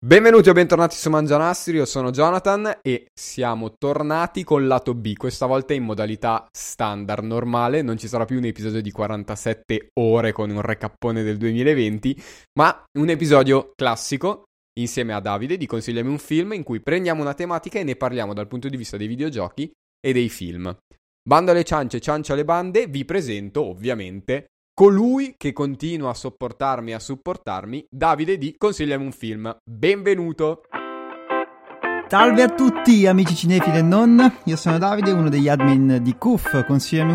Benvenuti o bentornati su Mangianastri, io sono Jonathan e siamo tornati con lato B, questa volta in modalità standard, normale, non ci sarà più un episodio di 47 ore con un recappone del 2020, ma un episodio classico insieme a Davide di Consigliami un film in cui prendiamo una tematica e ne parliamo dal punto di vista dei videogiochi e dei film. Bando alle ciance, ciance alle bande, vi presento ovviamente colui che continua a sopportarmi e a supportarmi, Davide di Consigliami un film. Benvenuto! Salve a tutti amici cinefili e non, io sono Davide, uno degli admin di CUF, consigliami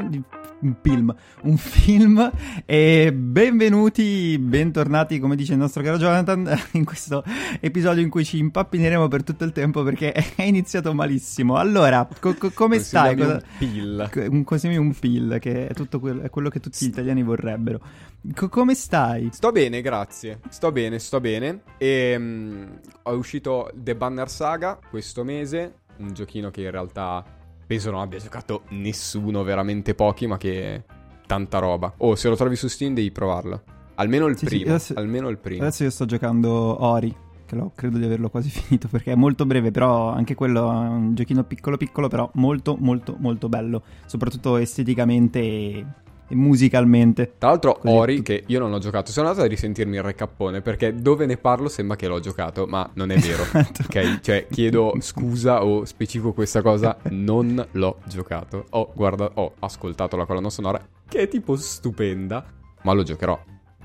un film e bentornati, come dice il nostro caro Jonathan, in questo episodio in cui ci impappineremo per tutto il tempo perché è iniziato malissimo. Allora, come stai? Consigliami un pill, che è tutto è quello che tutti gli italiani vorrebbero. Come stai? Sto bene, grazie. Sto bene. E è uscito The Banner Saga questo mese, un giochino che in realtà penso non abbia giocato nessuno, veramente pochi, ma che tanta roba. Oh, se lo trovi su Steam devi provarlo. Almeno il primo. Adesso io sto giocando Ori, che credo di averlo quasi finito perché è molto breve, però anche quello è un giochino piccolo però molto bello, soprattutto esteticamente e musicalmente. Tra l'altro Ori, che io non ho giocato, sono andato a risentirmi il recappone perché dove ne parlo sembra che l'ho giocato, ma non è vero. Ok, cioè chiedo scusa o specifico questa cosa, non l'ho giocato. Ho ascoltato la colonna sonora che è tipo stupenda, ma lo giocherò.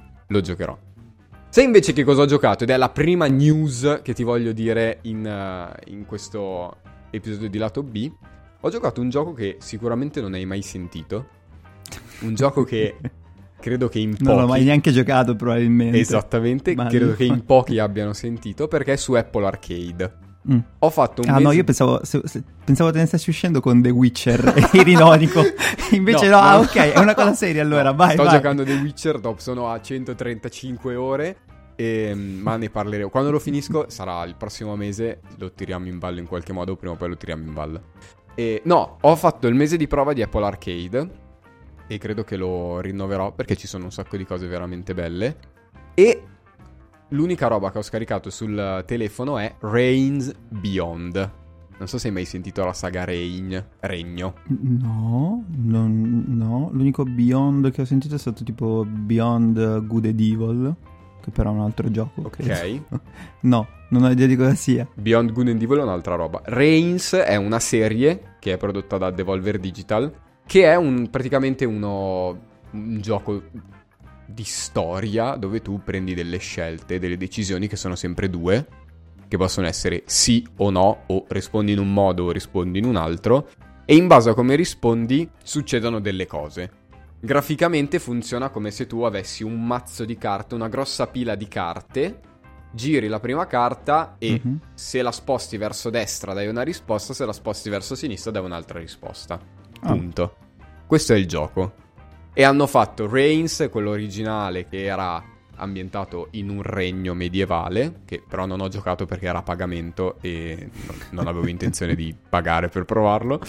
Se invece che cosa ho giocato, ed è la prima news che ti voglio dire in questo episodio di Lato B, ho giocato un gioco che sicuramente non hai mai sentito. Un gioco che credo che in pochi... Non l'ho mai neanche giocato probabilmente. Esattamente, credo che in pochi abbiano sentito perché è su Apple Arcade. Ho fatto un mese... no, io pensavo te ne stessi uscendo con The Witcher, ironico. Invece no, ok, è una cosa seria allora, vai. Sto giocando The Witcher, sono a 135 ore, ma ne parleremo. Quando lo finisco, sarà il prossimo mese, lo tiriamo in ballo in qualche modo, prima o poi lo tiriamo in ballo. Ho fatto il mese di prova di Apple Arcade e credo che lo rinnoverò perché ci sono un sacco di cose veramente belle. E l'unica roba che ho scaricato sul telefono è Reigns Beyond. Non so se hai mai sentito la saga Regno. No, l'unico Beyond che ho sentito è stato tipo Beyond Good and Evil, che però è un altro gioco. Ok. Credo. No, non ho idea di cosa sia. Beyond Good and Evil è un'altra roba. Reigns è una serie che è prodotta da Devolver Digital, che è praticamente un gioco di storia dove tu prendi delle scelte, delle decisioni che sono sempre due, che possono essere sì o no, o rispondi in un modo o rispondi in un altro, e in base a come rispondi succedono delle cose. Graficamente funziona come se tu avessi un mazzo di carte, una grossa pila di carte, giri la prima carta e se la sposti verso destra dai una risposta, se la sposti verso sinistra dai un'altra risposta. Punto. Questo è il gioco. E hanno fatto Reigns, quello originale, che era ambientato in un regno medievale, che però non ho giocato perché era a pagamento e non avevo intenzione di pagare per provarlo.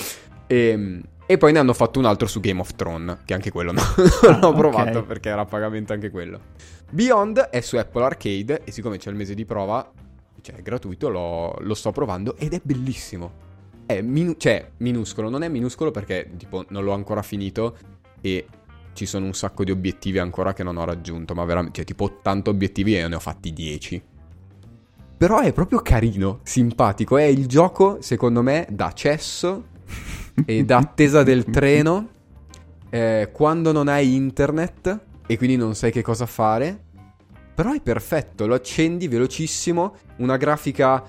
E poi ne hanno fatto un altro su Game of Thrones, che anche quello non l'ho provato perché era a pagamento anche quello. Beyond è su Apple Arcade e siccome c'è il mese di prova, cioè è gratuito, lo sto provando ed è bellissimo. È minuscolo, non è minuscolo perché tipo non l'ho ancora finito e ci sono un sacco di obiettivi ancora che non ho raggiunto, ma veramente, cioè tipo 80 obiettivi e ne ho fatti 10. Però è proprio carino, simpatico, è il gioco secondo me da cesso e da attesa del treno, quando non hai internet e quindi non sai che cosa fare, però è perfetto, lo accendi velocissimo, una grafica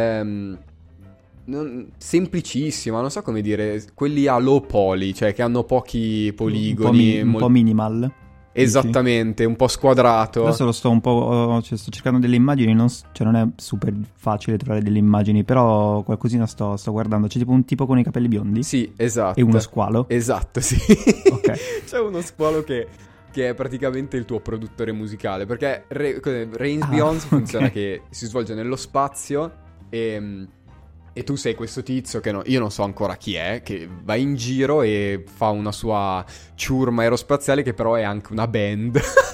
semplicissima, non so come dire, quelli a low poly, cioè che hanno pochi poligoni, un po' minimal. Esattamente, un po' squadrato. Adesso lo sto cercando delle immagini, non è super facile trovare delle immagini, però qualcosina sto guardando. C'è tipo un tipo con i capelli biondi? Sì, esatto. E uno squalo? Esatto, sì. Ok. C'è uno squalo che è praticamente il tuo produttore musicale, perché Reigns Beyond funziona che si svolge nello spazio e tu sei questo tizio che io non so ancora chi è, che va in giro e fa una sua ciurma aerospaziale che però è anche una band.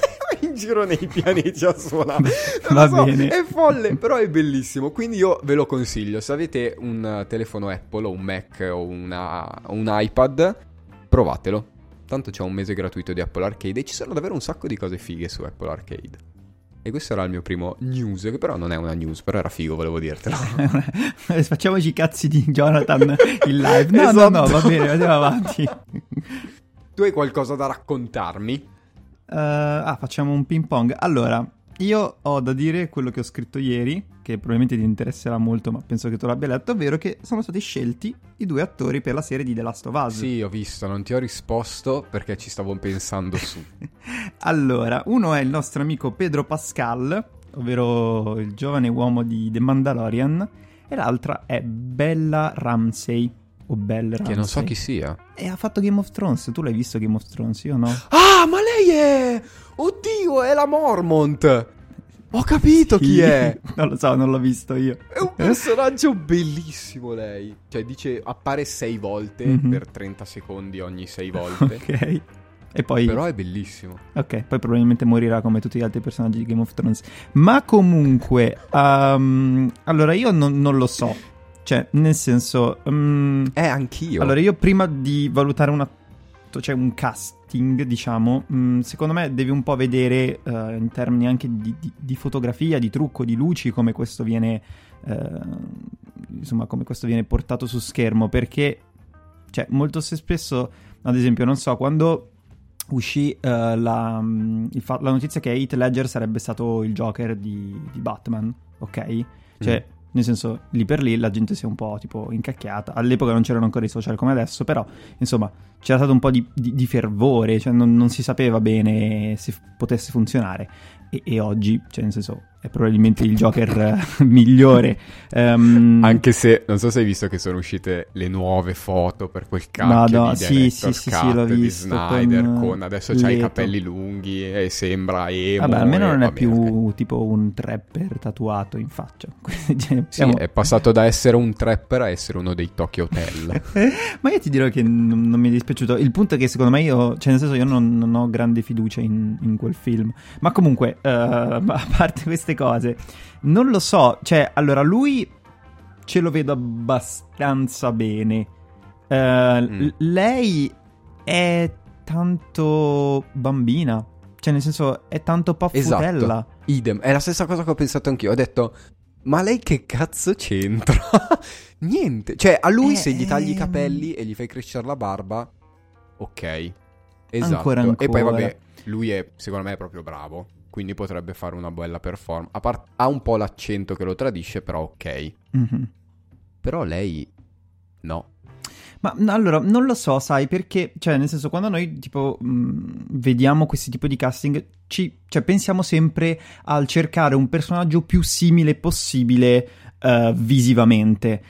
in giro nei pianeti a suonare. Va bene. È folle, però è bellissimo. Quindi io ve lo consiglio. Se avete un telefono Apple o un Mac o un iPad, provatelo. Tanto c'è un mese gratuito di Apple Arcade e ci sono davvero un sacco di cose fighe su Apple Arcade. E questo era il mio primo news, che però non è una news, però era figo, volevo dirtelo. Facciamoci i cazzi di Jonathan in live. No, Esatto. no, va bene, andiamo avanti. Tu hai qualcosa da raccontarmi? Facciamo un ping pong. Allora, io ho da dire quello che ho scritto ieri, che probabilmente ti interesserà molto, ma penso che tu l'abbia letto, ovvero che sono stati scelti i 2 attori per la serie di The Last of Us. Sì, ho visto, non ti ho risposto perché ci stavo pensando su. Allora, uno è il nostro amico Pedro Pascal, ovvero il giovane uomo di The Mandalorian, e l'altra è Bella Ramsey, o Belle Ramsey. Che non so chi sia. E ha fatto Game of Thrones, tu l'hai visto Game of Thrones, io no? Ah, ma lei è... Oddio, è la Mormont! Ho capito Sì. chi è! Non lo so, non l'ho visto io. È un personaggio bellissimo lei. Cioè, dice, appare 6 volte per 30 secondi ogni 6 volte. Ok. E poi... Però è bellissimo. Ok, poi probabilmente morirà come tutti gli altri personaggi di Game of Thrones. Ma comunque, allora io non lo so. Cioè, nel senso... Anch'io. Allora, io prima di valutare un casting, diciamo, secondo me devi un po' vedere in termini anche di fotografia, di trucco, di luci, come questo viene... insomma, come questo viene portato su schermo. Perché, cioè, molto spesso, ad esempio, non so, quando... uscì la notizia che Heath Ledger sarebbe stato il Joker di Batman, ok? Cioè, nel senso, lì per lì la gente si è un po' tipo incacchiata. All'epoca non c'erano ancora i social come adesso, però, insomma, c'era stato un po' di fervore, cioè non si sapeva bene se potesse funzionare. E oggi, cioè, nel senso, è probabilmente il Joker migliore. Anche se, non so se hai visto che sono uscite le nuove foto per quel cacchio di Director's Cut l'ho di visto, Snyder, con adesso c'ha i Leto. capelli lunghi e sembra emo. Vabbè, almeno non è vabbè, più ok. tipo un trapper tatuato in faccia. Quindi, cioè, Sì, è passato da essere un trapper a essere uno dei Tokyo Hotel. Ma io ti dirò che non mi è dispiaciuto. Il punto è che secondo me cioè nel senso io non ho grande fiducia in quel film. Ma comunque, a parte queste cose, non lo so. Cioè, allora lui ce lo vedo abbastanza bene. Lei è tanto bambina. Cioè, nel senso, è tanto paffutella. Esatto, idem. È la stessa cosa che ho pensato anch'io. Ho detto, ma lei che cazzo c'entra? Niente. Cioè, a lui se gli tagli i capelli e gli fai crescere la barba, ok. Esatto. Ancora. E poi vabbè, lui è, secondo me, è proprio bravo. Quindi potrebbe fare una bella performance. Ha un po' l'accento che lo tradisce, però ok. Mm-hmm. Però lei, no. Ma allora, non lo so, sai, perché, cioè, nel senso, quando noi, tipo, vediamo questi tipi di casting, cioè, pensiamo sempre al cercare un personaggio più simile possibile visivamente.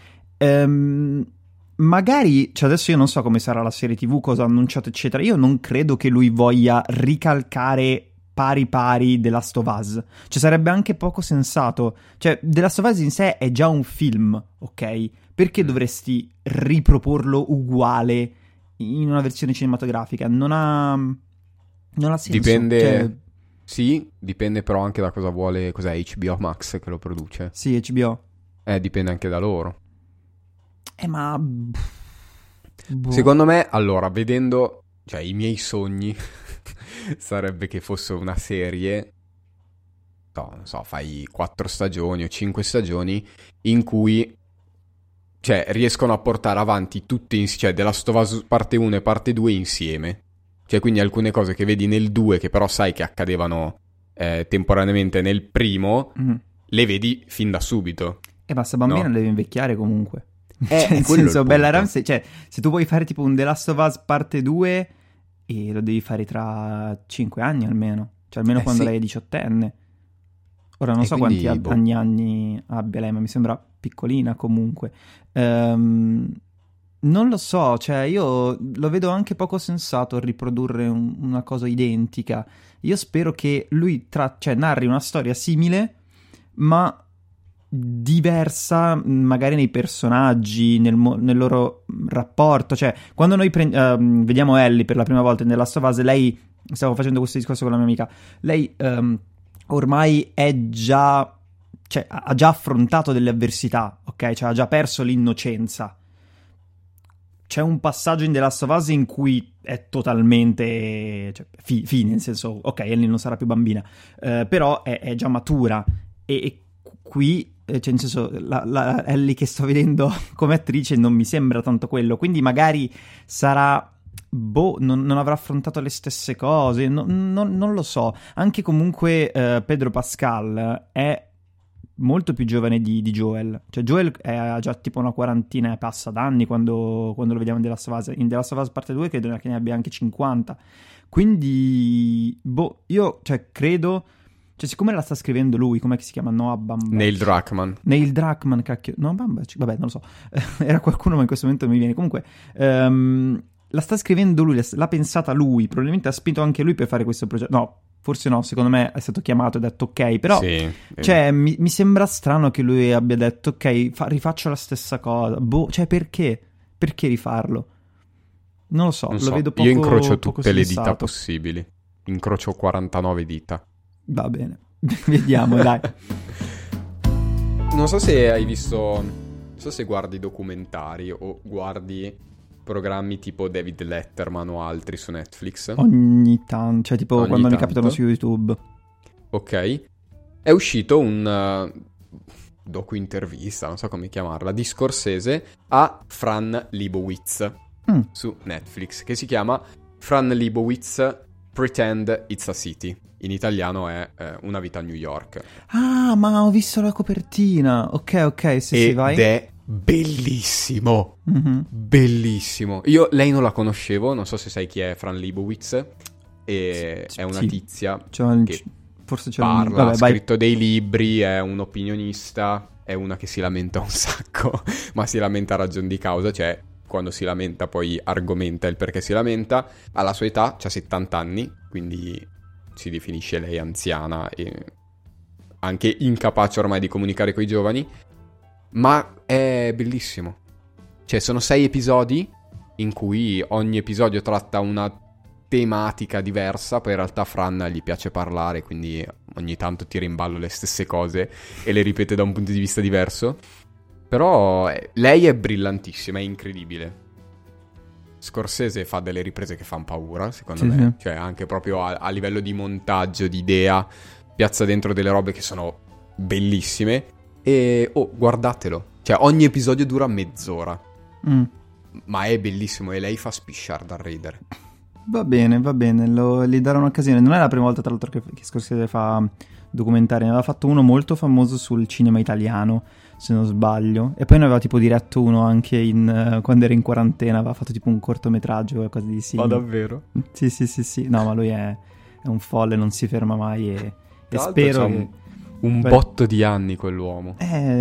Magari, cioè, adesso io non so come sarà la serie TV, cosa ha annunciato, eccetera. Io non credo che lui voglia ricalcare pari The Last of Us. Cioè, sarebbe anche poco sensato. Cioè, The Last of Us in sé è già un film, ok? Perché dovresti riproporlo uguale in una versione cinematografica? Non ha senso. Dipende, cioè... sì, dipende però anche da cosa vuole, cos'è HBO Max che lo produce? Sì, HBO. Dipende anche da loro. Ma... boh. Secondo me, allora, vedendo, cioè, i miei sogni sarebbe che fosse una serie, no, non so, fai 4 stagioni o 5 stagioni in cui, cioè, riescono a portare avanti tutte cioè, The Last of Us parte 1 e parte 2 insieme. Cioè, quindi alcune cose che vedi nel 2 che però sai che accadevano temporaneamente nel primo, le vedi fin da subito. Ma sta bambina no? deve invecchiare comunque. Cioè, nel quello è senso, il Bella punto. Ramsey, cioè, se tu vuoi fare tipo un The Last of Us parte 2, e lo devi fare tra 5 anni almeno. Cioè, almeno quando sì. lei è 18enne. Ora non E so quindi, quanti anni abbia lei, ma mi sembra piccolina comunque. Non lo so, cioè io lo vedo anche poco sensato riprodurre una cosa identica. Io spero che lui narri una storia simile, ma diversa magari nei personaggi, nel loro rapporto. Cioè, quando noi vediamo Ellie per la prima volta in The Last of Us, lei stavo facendo questo discorso con la mia amica, lei ormai è già, cioè ha già affrontato delle avversità, ok? Cioè ha già perso l'innocenza. C'è un passaggio in The Last of Us in cui è totalmente, cioè, fine, nel senso, ok, Ellie non sarà più bambina, però è già matura, e qui, cioè, nel senso, la Ellie che sto vedendo come attrice non mi sembra tanto quello, quindi magari sarà, non avrà affrontato le stesse cose, non lo so. Anche comunque Pedro Pascal è molto più giovane di Joel. Cioè Joel ha già tipo una quarantina e passa d'anni quando lo vediamo in The Last of Us. In The Last of Us parte 2 credo che ne abbia anche 50. Quindi, io cioè credo... Cioè, siccome la sta scrivendo lui, com'è che si chiama? Noah Baumbach. Neil Druckmann. Neil Druckmann, cacchio. No, Baumbach, vabbè, non lo so. Era qualcuno, ma in questo momento non mi viene. Comunque, la sta scrivendo lui, l'ha pensata lui. Probabilmente ha spinto anche lui per fare questo progetto. No, forse no, secondo me è stato chiamato e ha detto ok. Però, sì, cioè, mi sembra strano che lui abbia detto ok, rifaccio la stessa cosa. Cioè, perché? Perché rifarlo? Non lo so, non lo vedo poco. Io incrocio poco tutte le sensato. dita possibili. Incrocio 49 dita. Va bene, vediamo, dai. Non so se hai visto, non so se guardi documentari o guardi programmi tipo David Letterman o altri su Netflix. Ogni tanto, cioè tipo quando mi capitano su YouTube. Ok. È uscito un docu-intervista, non so come chiamarla, di Scorsese a Fran Lebowitz su Netflix, che si chiama Fran Lebowitz Pretend It's a City. In italiano è Una vita a New York. Ah, ma ho visto la copertina. Ok, sì, vai. Ed è bellissimo. Mm-hmm. Bellissimo. Lei non la conoscevo, non so se sai chi è Fran Lebowitz. È una tizia che forse c'è parla, ha scritto dei libri, è un opinionista, è una che si lamenta un sacco, ma si lamenta a ragion di causa, cioè quando si lamenta poi argomenta il perché si lamenta. Alla sua età, c'ha 70 anni, quindi si definisce lei anziana e anche incapace ormai di comunicare coi giovani, ma è bellissimo. Cioè, sono 6 episodi in cui ogni episodio tratta una tematica diversa, poi in realtà Fran gli piace parlare, quindi ogni tanto tira in ballo le stesse cose e le ripete da un punto di vista diverso. Però lei è brillantissima, è incredibile. Scorsese fa delle riprese che fanno paura, secondo me. Cioè, anche proprio a livello di montaggio, di idea, piazza dentro delle robe che sono bellissime. E guardatelo. Cioè, ogni episodio dura mezz'ora. Ma è bellissimo e lei fa spisciare dal ridere. Va bene, gli darò un'occasione. Non è la prima volta, tra l'altro, che Scorsese fa documentari. Ne aveva fatto uno molto famoso sul cinema italiano, se non sbaglio, e poi ne aveva tipo diretto uno anche quando era in quarantena, aveva fatto tipo un cortometraggio o cose di simile. Ma davvero? Sì, no, ma lui è un folle, non si ferma mai e spero che... un botto di anni quell'uomo.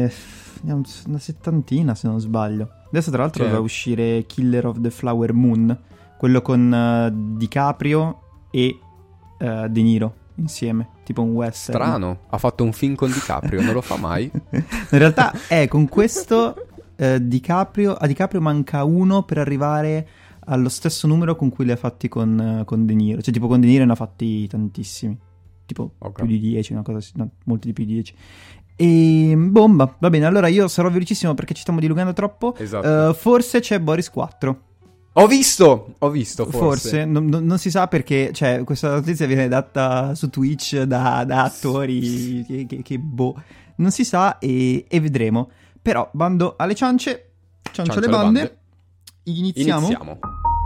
Una settantina, se non sbaglio. Adesso tra l'altro doveva uscire Killer of the Flower Moon, quello con DiCaprio e De Niro insieme, tipo un western. Strano, ha fatto un film con DiCaprio, non lo fa mai. In realtà con questo a DiCaprio manca uno per arrivare allo stesso numero con cui li ha fatti con De Niro. Cioè tipo con De Niro ne ha fatti tantissimi, tipo più di 10, una cosa, no, molti di più di 10. E bomba, va bene, allora io sarò velocissimo perché ci stiamo dilungando troppo. Esatto. Forse c'è Boris 4. Ho visto, forse. Non si sa perché, cioè, questa notizia viene data su Twitch da attori che non si sa e vedremo. Però, bando alle ciance le bande. Iniziamo.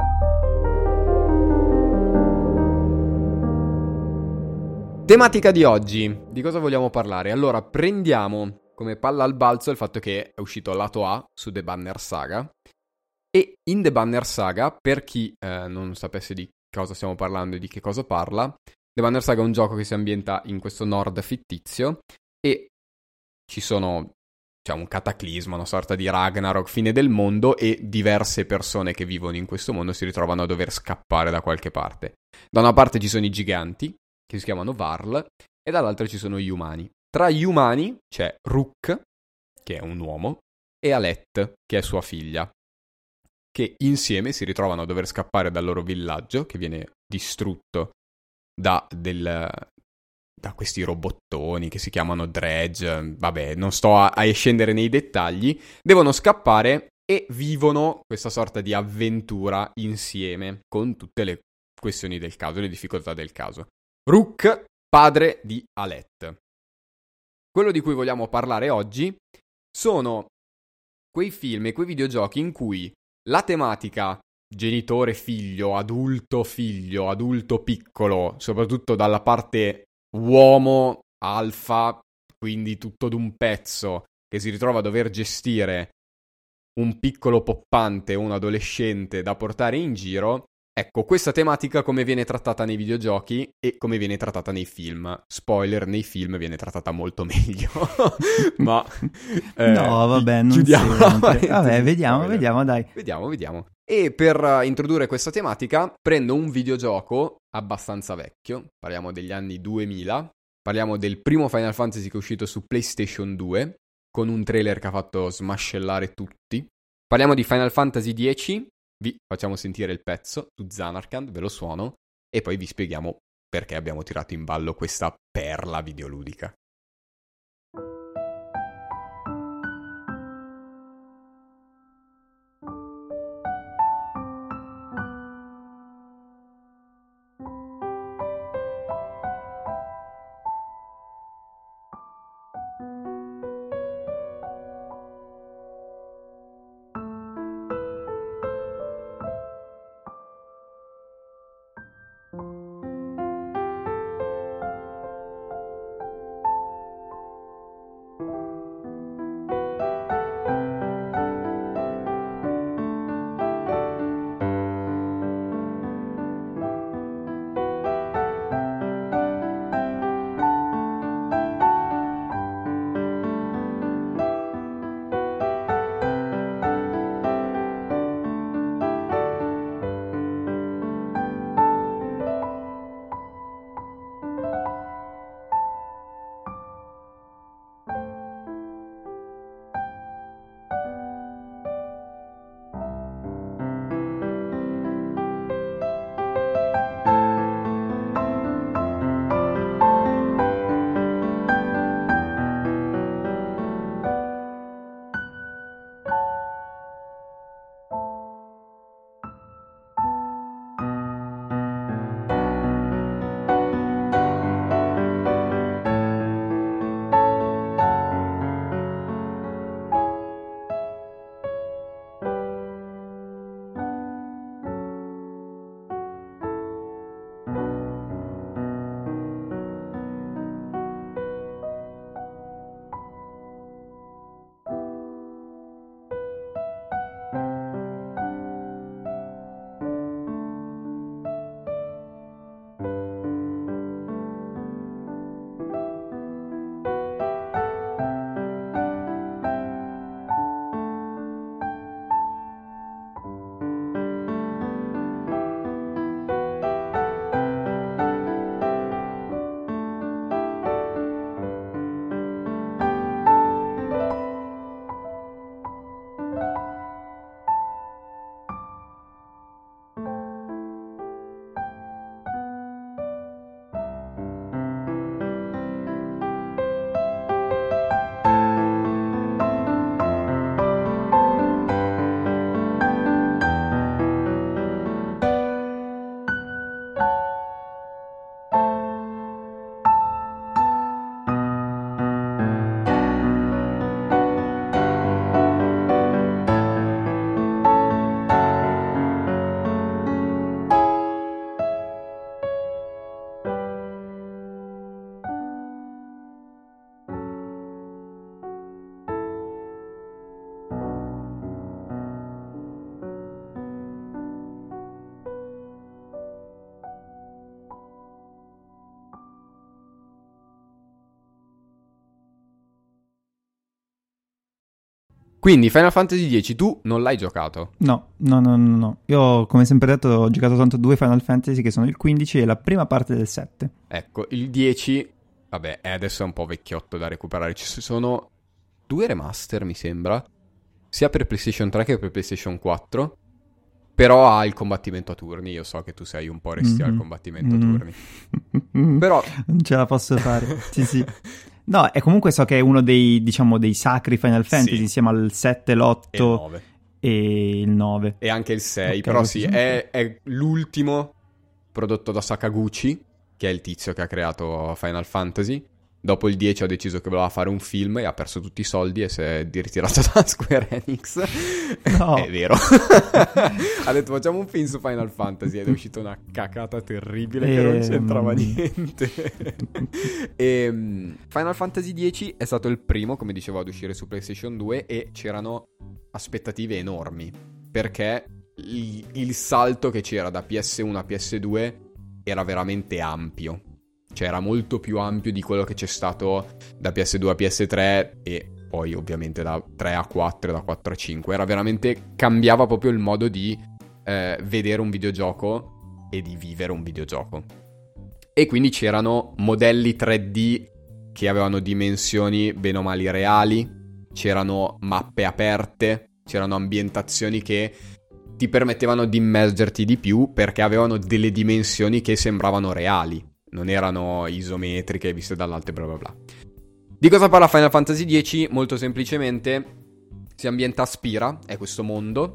Tematica di oggi, di cosa vogliamo parlare? Allora, prendiamo come palla al balzo il fatto che è uscito lato A su The Banner Saga. E in The Banner Saga, per chi non sapesse di cosa stiamo parlando e di che cosa parla, The Banner Saga è un gioco che si ambienta in questo nord fittizio e ci sono, cioè, un cataclisma, una sorta di Ragnarok, fine del mondo, e diverse persone che vivono in questo mondo si ritrovano a dover scappare da qualche parte. Da una parte ci sono i giganti, che si chiamano Varl, e dall'altra ci sono gli umani. Tra gli umani c'è Rook, che è un uomo, e Alette, che è sua figlia, che insieme si ritrovano a dover scappare dal loro villaggio, che viene distrutto da questi robottoni che si chiamano Dredge, vabbè, non sto a scendere nei dettagli, devono scappare e vivono questa sorta di avventura insieme con tutte le questioni del caso, le difficoltà del caso. Rook, padre di Alette. Quello di cui vogliamo parlare oggi sono quei film e quei videogiochi in cui la tematica genitore-figlio, adulto-figlio, adulto piccolo, soprattutto dalla parte uomo alfa, quindi tutto d'un pezzo, che si ritrova a dover gestire un piccolo poppante o un adolescente da portare in giro. Ecco, questa tematica come viene trattata nei videogiochi e come viene trattata nei film. Spoiler, nei film viene trattata molto meglio. Ma no, vabbè, non chiudiamo. Vabbè, vediamo, dai. Vediamo. E per introdurre questa tematica prendo un videogioco abbastanza vecchio, parliamo degli anni 2000, parliamo del primo Final Fantasy che è uscito su PlayStation 2, con un trailer che ha fatto smascellare tutti. Parliamo di Final Fantasy X, vi facciamo sentire il pezzo su Zanarkand, ve lo suono, e poi vi spieghiamo perché abbiamo tirato in ballo questa perla videoludica. Quindi Final Fantasy X tu non l'hai giocato? No. Io, come sempre detto, ho giocato tanto due Final Fantasy, che sono il 15 e la prima parte del 7. Ecco, il 10, vabbè, adesso è un po' vecchiotto da recuperare. Ci sono 2 remaster, mi sembra, sia per PlayStation 3 che per PlayStation 4. Però ha il combattimento a turni. Io so che tu sei un po' restia al combattimento a turni. Però non ce la posso fare. Sì. No, e comunque so che è uno dei, diciamo, dei sacri Final Fantasy, insieme al 7, l'8 e il 9. E anche il 6, però sì, è l'ultimo prodotto da Sakaguchi, che è il tizio che ha creato Final Fantasy. Dopo il 10 ha deciso che voleva fare un film e ha perso tutti i soldi e si è ritirato da Square Enix. No. È vero. Ha detto facciamo un film su Final Fantasy ed è uscita una cacata terribile che non c'entrava niente. E Final Fantasy X è stato il primo, come dicevo, ad uscire su PlayStation 2 e c'erano aspettative enormi perché il salto che c'era da PS1 a PS2 era veramente ampio. Cioè era molto più ampio di quello che c'è stato da PS2 a PS3 e poi ovviamente da 3 a 4 e da 4 a 5. Era veramente, cambiava proprio il modo di vedere un videogioco e di vivere un videogioco. E quindi c'erano modelli 3D che avevano dimensioni bene o male reali, c'erano mappe aperte, c'erano ambientazioni che ti permettevano di immergerti di più perché avevano delle dimensioni che sembravano reali. Non erano isometriche viste dall'alto e bla bla bla. Di cosa parla Final Fantasy X? Molto semplicemente si ambienta a Spira, è questo mondo,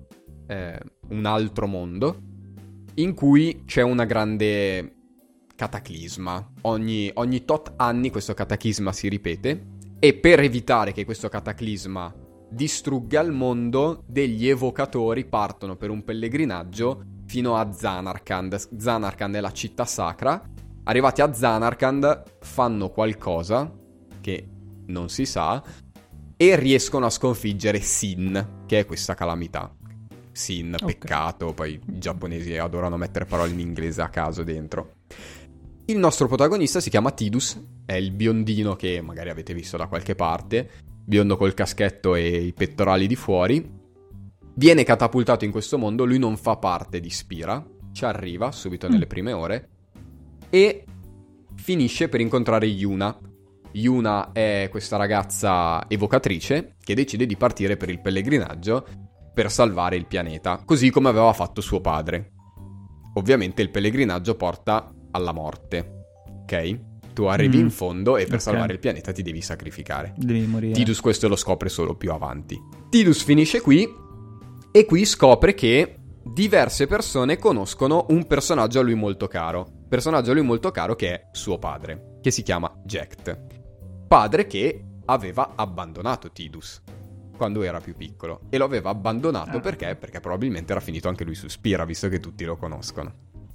un altro mondo, in cui c'è una grande cataclisma. Ogni tot anni questo cataclisma si ripete e per evitare che questo cataclisma distrugga il mondo, degli evocatori partono per un pellegrinaggio fino a Zanarkand. Zanarkand è la città sacra. Arrivati a Zanarkand fanno qualcosa che non si sa e riescono a sconfiggere Sin, che è questa calamità. Sin, peccato, poi i giapponesi adorano mettere parole in inglese a caso dentro. Il nostro protagonista si chiama Tidus, è il biondino che magari avete visto da qualche parte, biondo col caschetto e i pettorali di fuori. Viene catapultato in questo mondo, lui non fa parte di Spira, ci arriva subito nelle prime ore e finisce per incontrare Yuna. Yuna è questa ragazza evocatrice che decide di partire per il pellegrinaggio per salvare il pianeta, così come aveva fatto suo padre. Ovviamente il pellegrinaggio porta alla morte, ok? Tu arrivi in fondo e per salvare il pianeta ti devi sacrificare. Devi morire. Tidus questo lo scopre solo più avanti. Tidus finisce qui e qui scopre che diverse persone conoscono un personaggio a lui molto caro. Personaggio a lui molto caro che è suo padre, che si chiama Jecht. Padre che aveva abbandonato Tidus quando era più piccolo. E lo aveva abbandonato perché? Perché probabilmente era finito anche lui su Spira, visto che tutti lo conoscono.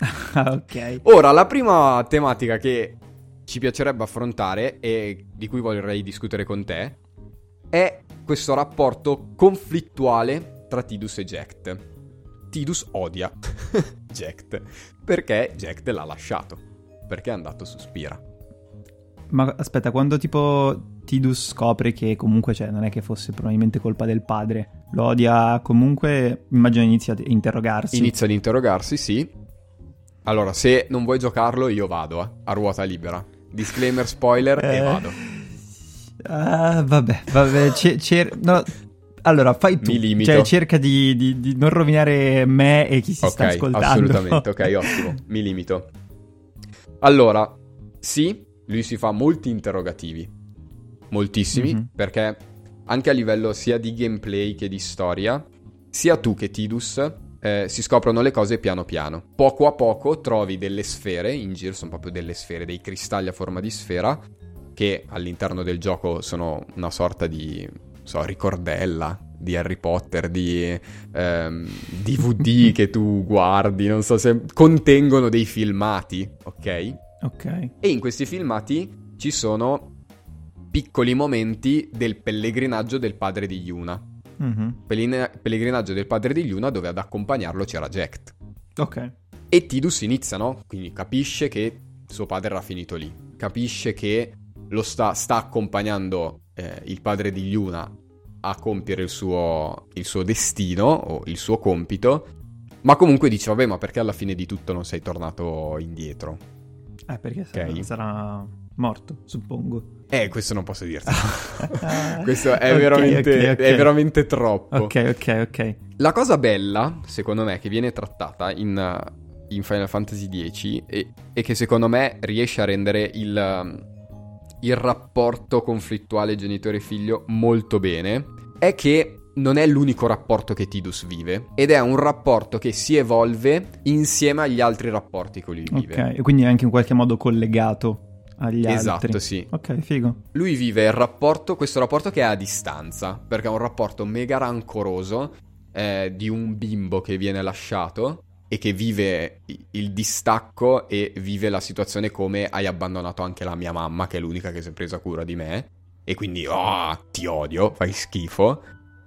Ok. Ora, la prima tematica che ci piacerebbe affrontare e di cui vorrei discutere con te è questo rapporto conflittuale tra Tidus e Jecht. Tidus odia Jecht perché Jecht l'ha lasciato, perché è andato su Spira. Ma aspetta, quando tipo Tidus scopre che comunque, cioè, non è che fosse probabilmente colpa del padre, lo odia comunque, immagino inizia a interrogarsi. Inizia ad interrogarsi, sì. Allora, se non vuoi giocarlo io vado, a ruota libera. Disclaimer, spoiler, e vado. Vabbè, no. Allora, fai tu, mi limito. Cioè cerca di non rovinare me e chi si sta ascoltando. Assolutamente, ok, ottimo, mi limito. Allora, sì, lui si fa molti interrogativi, moltissimi, perché anche a livello sia di gameplay che di storia, sia tu che Tidus si scoprono le cose piano piano. Poco a poco trovi delle sfere, in giro sono proprio delle sfere, dei cristalli a forma di sfera, che all'interno del gioco sono una sorta di... ricordella di Harry Potter, di DVD che tu guardi, non so se contengono dei filmati, ok? Ok. E in questi filmati ci sono piccoli momenti del pellegrinaggio del padre di Yuna. Pellegrinaggio del padre di Yuna dove ad accompagnarlo c'era Jecht. Ok. E Tidus inizia, no? Quindi capisce che suo padre era finito lì, capisce che lo sta accompagnando il padre di Yuna a compiere il suo destino o il suo compito, ma comunque dice vabbè, ma perché alla fine di tutto non sei tornato indietro? Perché sarà morto, suppongo. Questo non posso dirti. Questo è veramente, okay. È veramente troppo. Ok. La cosa bella, secondo me, che viene trattata in Final Fantasy X e che secondo me riesce a rendere il rapporto conflittuale genitore-figlio molto bene, è che non è l'unico rapporto che Tidus vive, ed è un rapporto che si evolve insieme agli altri rapporti che lui vive. Ok, e quindi è anche in qualche modo collegato agli altri. Esatto, sì. Ok, figo. Lui vive questo rapporto che è a distanza, perché è un rapporto mega rancoroso di un bimbo che viene lasciato e che vive il distacco e vive la situazione come: hai abbandonato anche la mia mamma, che è l'unica che si è presa cura di me, e quindi ti odio, fai schifo.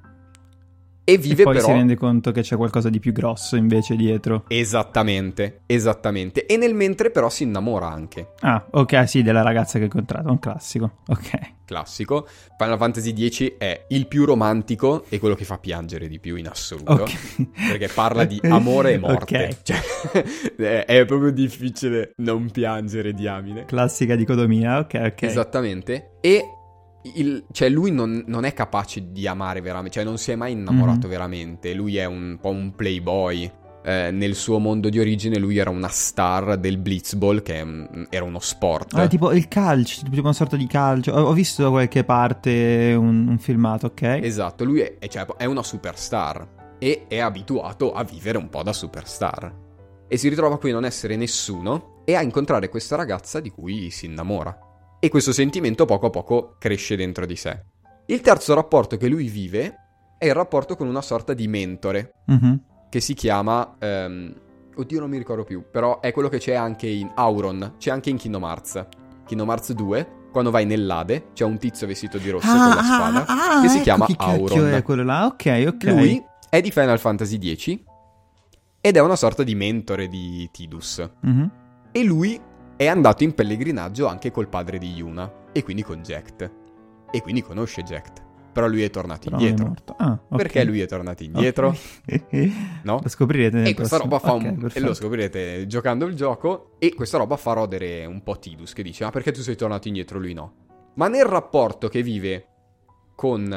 E vive poi però... si rende conto che c'è qualcosa di più grosso invece dietro. Esattamente. E nel mentre però si innamora anche. Ah, ok, sì, della ragazza che ha incontrato, un classico. Ok. Classico. Final Fantasy X è il più romantico e quello che fa piangere di più in assoluto. Okay. Perché parla di amore e morte. Okay. Cioè, è proprio difficile non piangere, diamine. Classica dicotomia, ok. Esattamente. E cioè lui non è capace di amare veramente, cioè non si è mai innamorato veramente. Lui è un po' un playboy. Nel suo mondo di origine lui era una star del blitzball, che era uno sport. Tipo il calcio, tipo una sorta di calcio. Ho visto da qualche parte un filmato, ok? Esatto, lui è una superstar e è abituato a vivere un po' da superstar. E si ritrova qui a non essere nessuno e a incontrare questa ragazza di cui si innamora. E questo sentimento poco a poco cresce dentro di sé. Il terzo rapporto che lui vive è il rapporto con una sorta di mentore, che si chiama... oddio, non mi ricordo più, però è quello che c'è anche in Auron, c'è anche in Kingdom Hearts. Kingdom Hearts 2, quando vai nell'Ade, c'è un tizio vestito di rosso con la spada, che si chiama Auron. È quello là, ok. Lui è di Final Fantasy X ed è una sorta di mentore di Tidus. E lui è andato in pellegrinaggio anche col padre di Yuna, e quindi con Jecht. E quindi conosce Jecht. Però lui è tornato indietro. È morto. Okay. Perché lui è tornato indietro? Okay. No? Lo scoprirete nel E questa roba prossimo. e lo scoprirete giocando il gioco. E questa roba fa rodere un po' Tidus, che dice: ma perché tu sei tornato indietro, lui no? Ma nel rapporto che vive con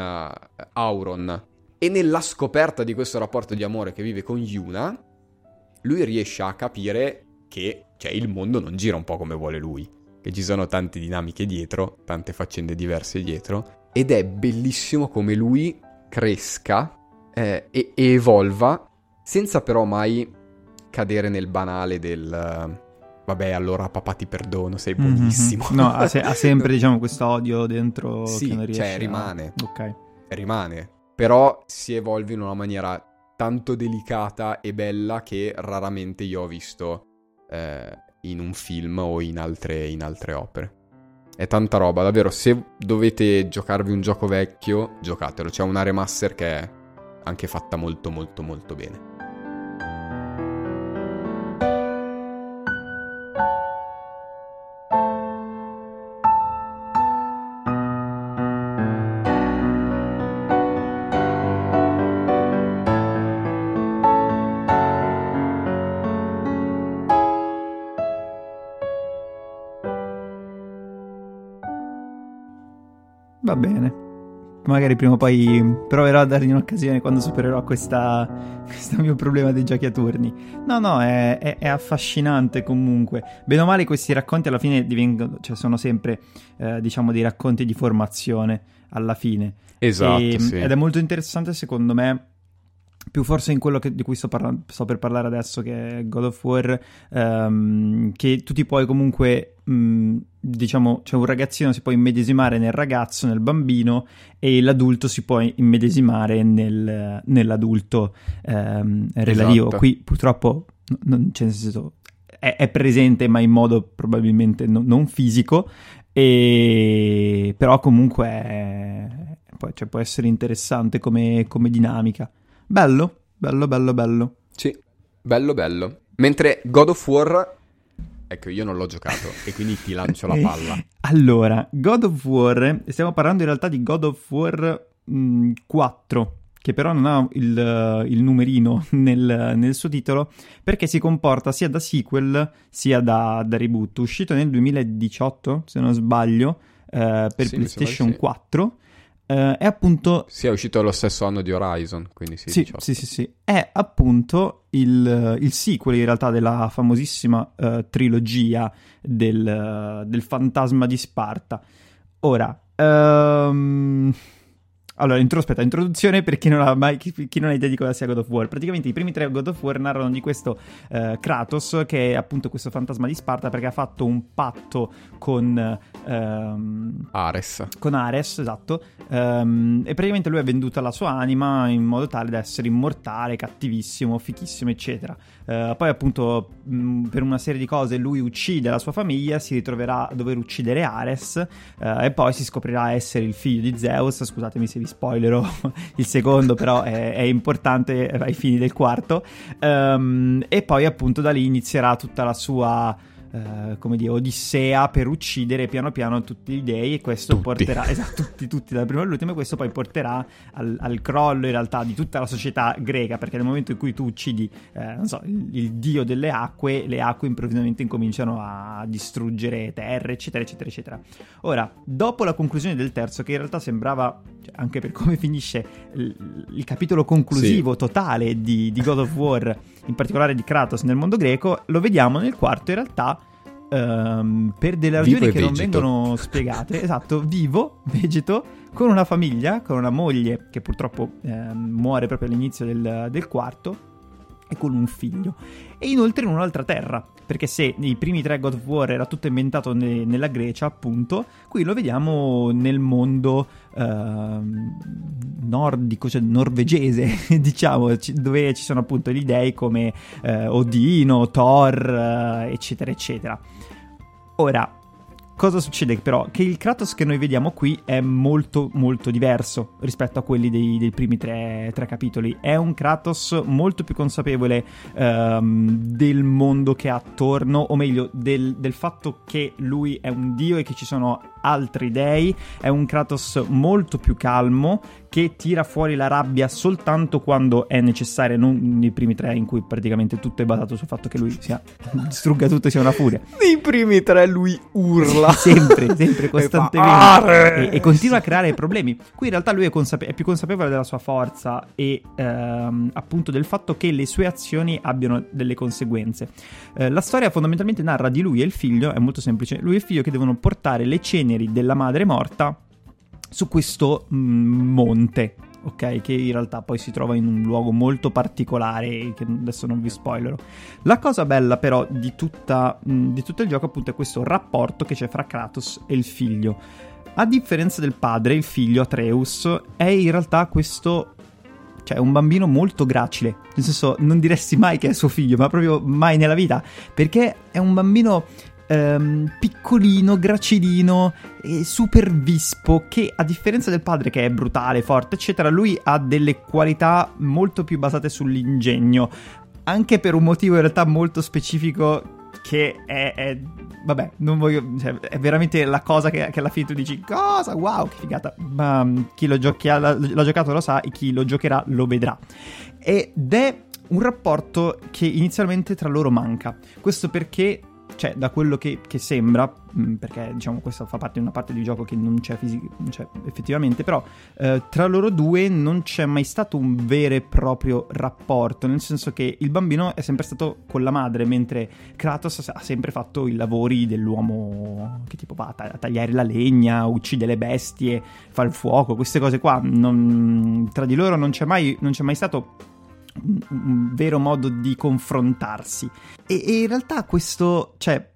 Auron e nella scoperta di questo rapporto di amore che vive con Yuna, lui riesce a capire che il mondo non gira un po' come vuole lui, che ci sono tante dinamiche dietro, tante faccende diverse dietro, ed è bellissimo come lui cresca e evolva senza però mai cadere nel banale del vabbè, allora papà ti perdono, sei buonissimo. No, ha sempre diciamo questo odio dentro, sì, che non riesce cioè rimane. Ok. Rimane, però si evolve in una maniera tanto delicata e bella che raramente io ho visto in un film o in altre opere. È tanta roba, davvero. Se dovete giocarvi un gioco vecchio, giocatelo. C'è una remaster che è anche fatta molto molto molto bene. Va bene, magari prima o poi proverò a dargli un'occasione quando supererò questo mio problema dei giochi a turni. No, è affascinante comunque. Bene o male questi racconti alla fine diventano, cioè sono sempre diciamo dei racconti di formazione alla fine. Esatto, sì. Ed è molto interessante secondo me, più forse in quello di cui sto per parlare adesso, che è God of War, che tu ti puoi comunque, diciamo, cioè un ragazzino si può immedesimare nel ragazzo, nel bambino, e l'adulto si può immedesimare nell'adulto relativo. Esatto. Qui purtroppo non, cioè, nel senso, è presente ma in modo probabilmente non fisico, però comunque può essere interessante come dinamica. Bello. Sì, bello. Mentre God of War, ecco, io non l'ho giocato e quindi ti lancio la palla. Allora, God of War, stiamo parlando in realtà di God of War 4, che però non ha il numerino nel suo titolo, perché si comporta sia da sequel sia da reboot. Uscito nel 2018, se non sbaglio, per PlayStation 4. È appunto... Sì, è uscito lo stesso anno di Horizon, quindi sì, sì, 18. sì. È appunto il sequel in realtà della famosissima trilogia del Fantasma di Sparta. Ora, allora, introduzione per chi non ha idea di cosa sia God of War. Praticamente i primi 3 God of War narrano di questo Kratos, che è appunto questo fantasma di Sparta, perché ha fatto un patto con Ares. Con Ares, esatto. E praticamente lui ha venduto la sua anima in modo tale da essere immortale, cattivissimo, fichissimo, eccetera. Poi appunto per una serie di cose lui uccide la sua famiglia, si ritroverà a dover uccidere Ares e poi si scoprirà essere il figlio di Zeus. Scusatemi se vi spoilerò il secondo, però è importante ai fini del quarto. E poi appunto da lì inizierà tutta la sua odissea per uccidere piano piano tutti gli dei, e questo porterà, esatto, tutti dal primo all'ultimo, e questo poi porterà al crollo in realtà di tutta la società greca, perché nel momento in cui tu uccidi il dio delle acque, le acque improvvisamente incominciano a distruggere terre, eccetera eccetera eccetera. Ora, dopo la conclusione del terzo, che in realtà sembrava, anche per come finisce il capitolo conclusivo totale di God of War, in particolare di Kratos nel mondo greco, lo vediamo nel quarto in realtà per delle ragioni che non vengono spiegate. Esatto, vivo, vegeto, con una famiglia, con una moglie che purtroppo muore proprio all'inizio del quarto, e con un figlio, e inoltre in un'altra terra, perché se nei primi 3 God of War era tutto inventato nella Grecia, appunto, qui lo vediamo nel mondo nordico, cioè norvegese, diciamo, dove ci sono appunto gli dei come Odino, Thor, eccetera eccetera. Ora, cosa succede però? Che il Kratos che noi vediamo qui è molto molto diverso rispetto a quelli dei primi tre capitoli. È un Kratos molto più consapevole del mondo che ha attorno, o meglio del fatto che lui è un dio e che ci sono altri dei. È un Kratos molto più calmo, che tira fuori la rabbia soltanto quando è necessario, non nei primi 3 in cui praticamente tutto è basato sul fatto che lui distrugga tutto e sia una furia. Nei primi 3 lui urla sempre costantemente e continua a creare problemi. Qui in realtà lui è più consapevole della sua forza e appunto del fatto che le sue azioni abbiano delle conseguenze. La storia fondamentalmente narra di lui e il figlio, è molto semplice. Lui e il figlio che devono portare le ceneri della madre morta su questo monte, ok? Che in realtà poi si trova in un luogo molto particolare, che adesso non vi spoilerò. La cosa bella però di tutto il gioco, appunto, è questo rapporto che c'è fra Kratos e il figlio. A differenza del padre, il figlio Atreus è in realtà cioè un bambino molto gracile, nel senso, non diresti mai che è suo figlio, ma proprio mai nella vita, perché è un bambino piccolino, gracilino e super vispo, che a differenza del padre che è brutale, forte eccetera, lui ha delle qualità molto più basate sull'ingegno, anche per un motivo in realtà molto specifico che è vabbè, non voglio, cioè, è veramente la cosa che alla fine tu dici cosa, wow, che figata, ma chi l'ha giocato lo sa, e chi lo giocherà lo vedrà, ed è un rapporto che inizialmente tra loro manca. Questo perché, cioè, da quello che sembra, perché diciamo questa fa parte di una parte di gioco che non c'è effettivamente, però tra loro due non c'è mai stato un vero e proprio rapporto, nel senso che il bambino è sempre stato con la madre, mentre Kratos ha sempre fatto i lavori dell'uomo che tipo va a tagliare la legna, uccide le bestie, fa il fuoco, queste cose qua. Tra di loro non c'è mai stato un vero modo di confrontarsi, e in realtà questa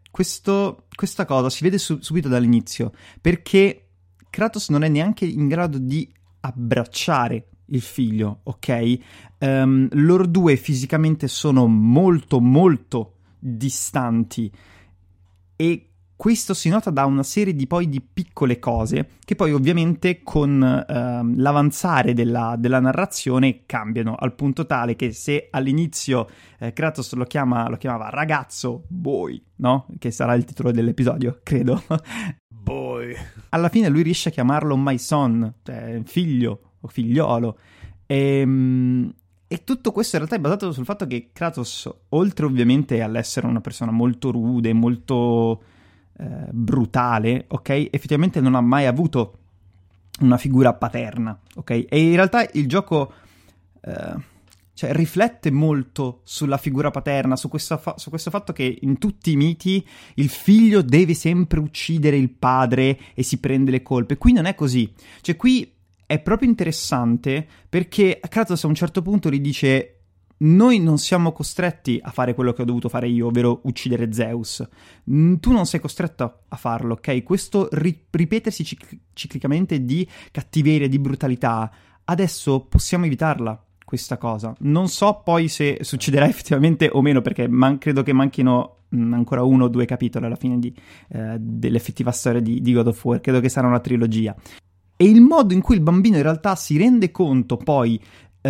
cosa si vede subito dall'inizio, perché Kratos non è neanche in grado di abbracciare il figlio, ok? Loro due fisicamente sono molto molto distanti, e questo si nota da una serie di piccole cose che poi ovviamente con l'avanzare della narrazione cambiano, al punto tale che se all'inizio Kratos lo chiamava ragazzo, boy, no? Che sarà il titolo dell'episodio, credo. Boy. Alla fine lui riesce a chiamarlo my son, cioè figlio o figliolo. E tutto questo in realtà è basato sul fatto che Kratos, oltre ovviamente all'essere una persona molto rude, molto brutale, ok? Effettivamente non ha mai avuto una figura paterna, ok? E in realtà il gioco cioè, riflette molto sulla figura paterna, su questo fatto che in tutti i miti il figlio deve sempre uccidere il padre e si prende le colpe. Qui non è così. Cioè, qui è proprio interessante perché Kratos a un certo punto gli dice: noi non siamo costretti a fare quello che ho dovuto fare io, ovvero uccidere Zeus. Tu non sei costretto a farlo, ok? Questo ripetersi ciclicamente di cattiveria, di brutalità, adesso possiamo evitarla, questa cosa. Non so poi se succederà effettivamente o meno, perché credo che manchino ancora 1 o 2 capitoli alla fine dell'effettiva storia di God of War. Credo che sarà una trilogia. E il modo in cui il bambino in realtà si rende conto poi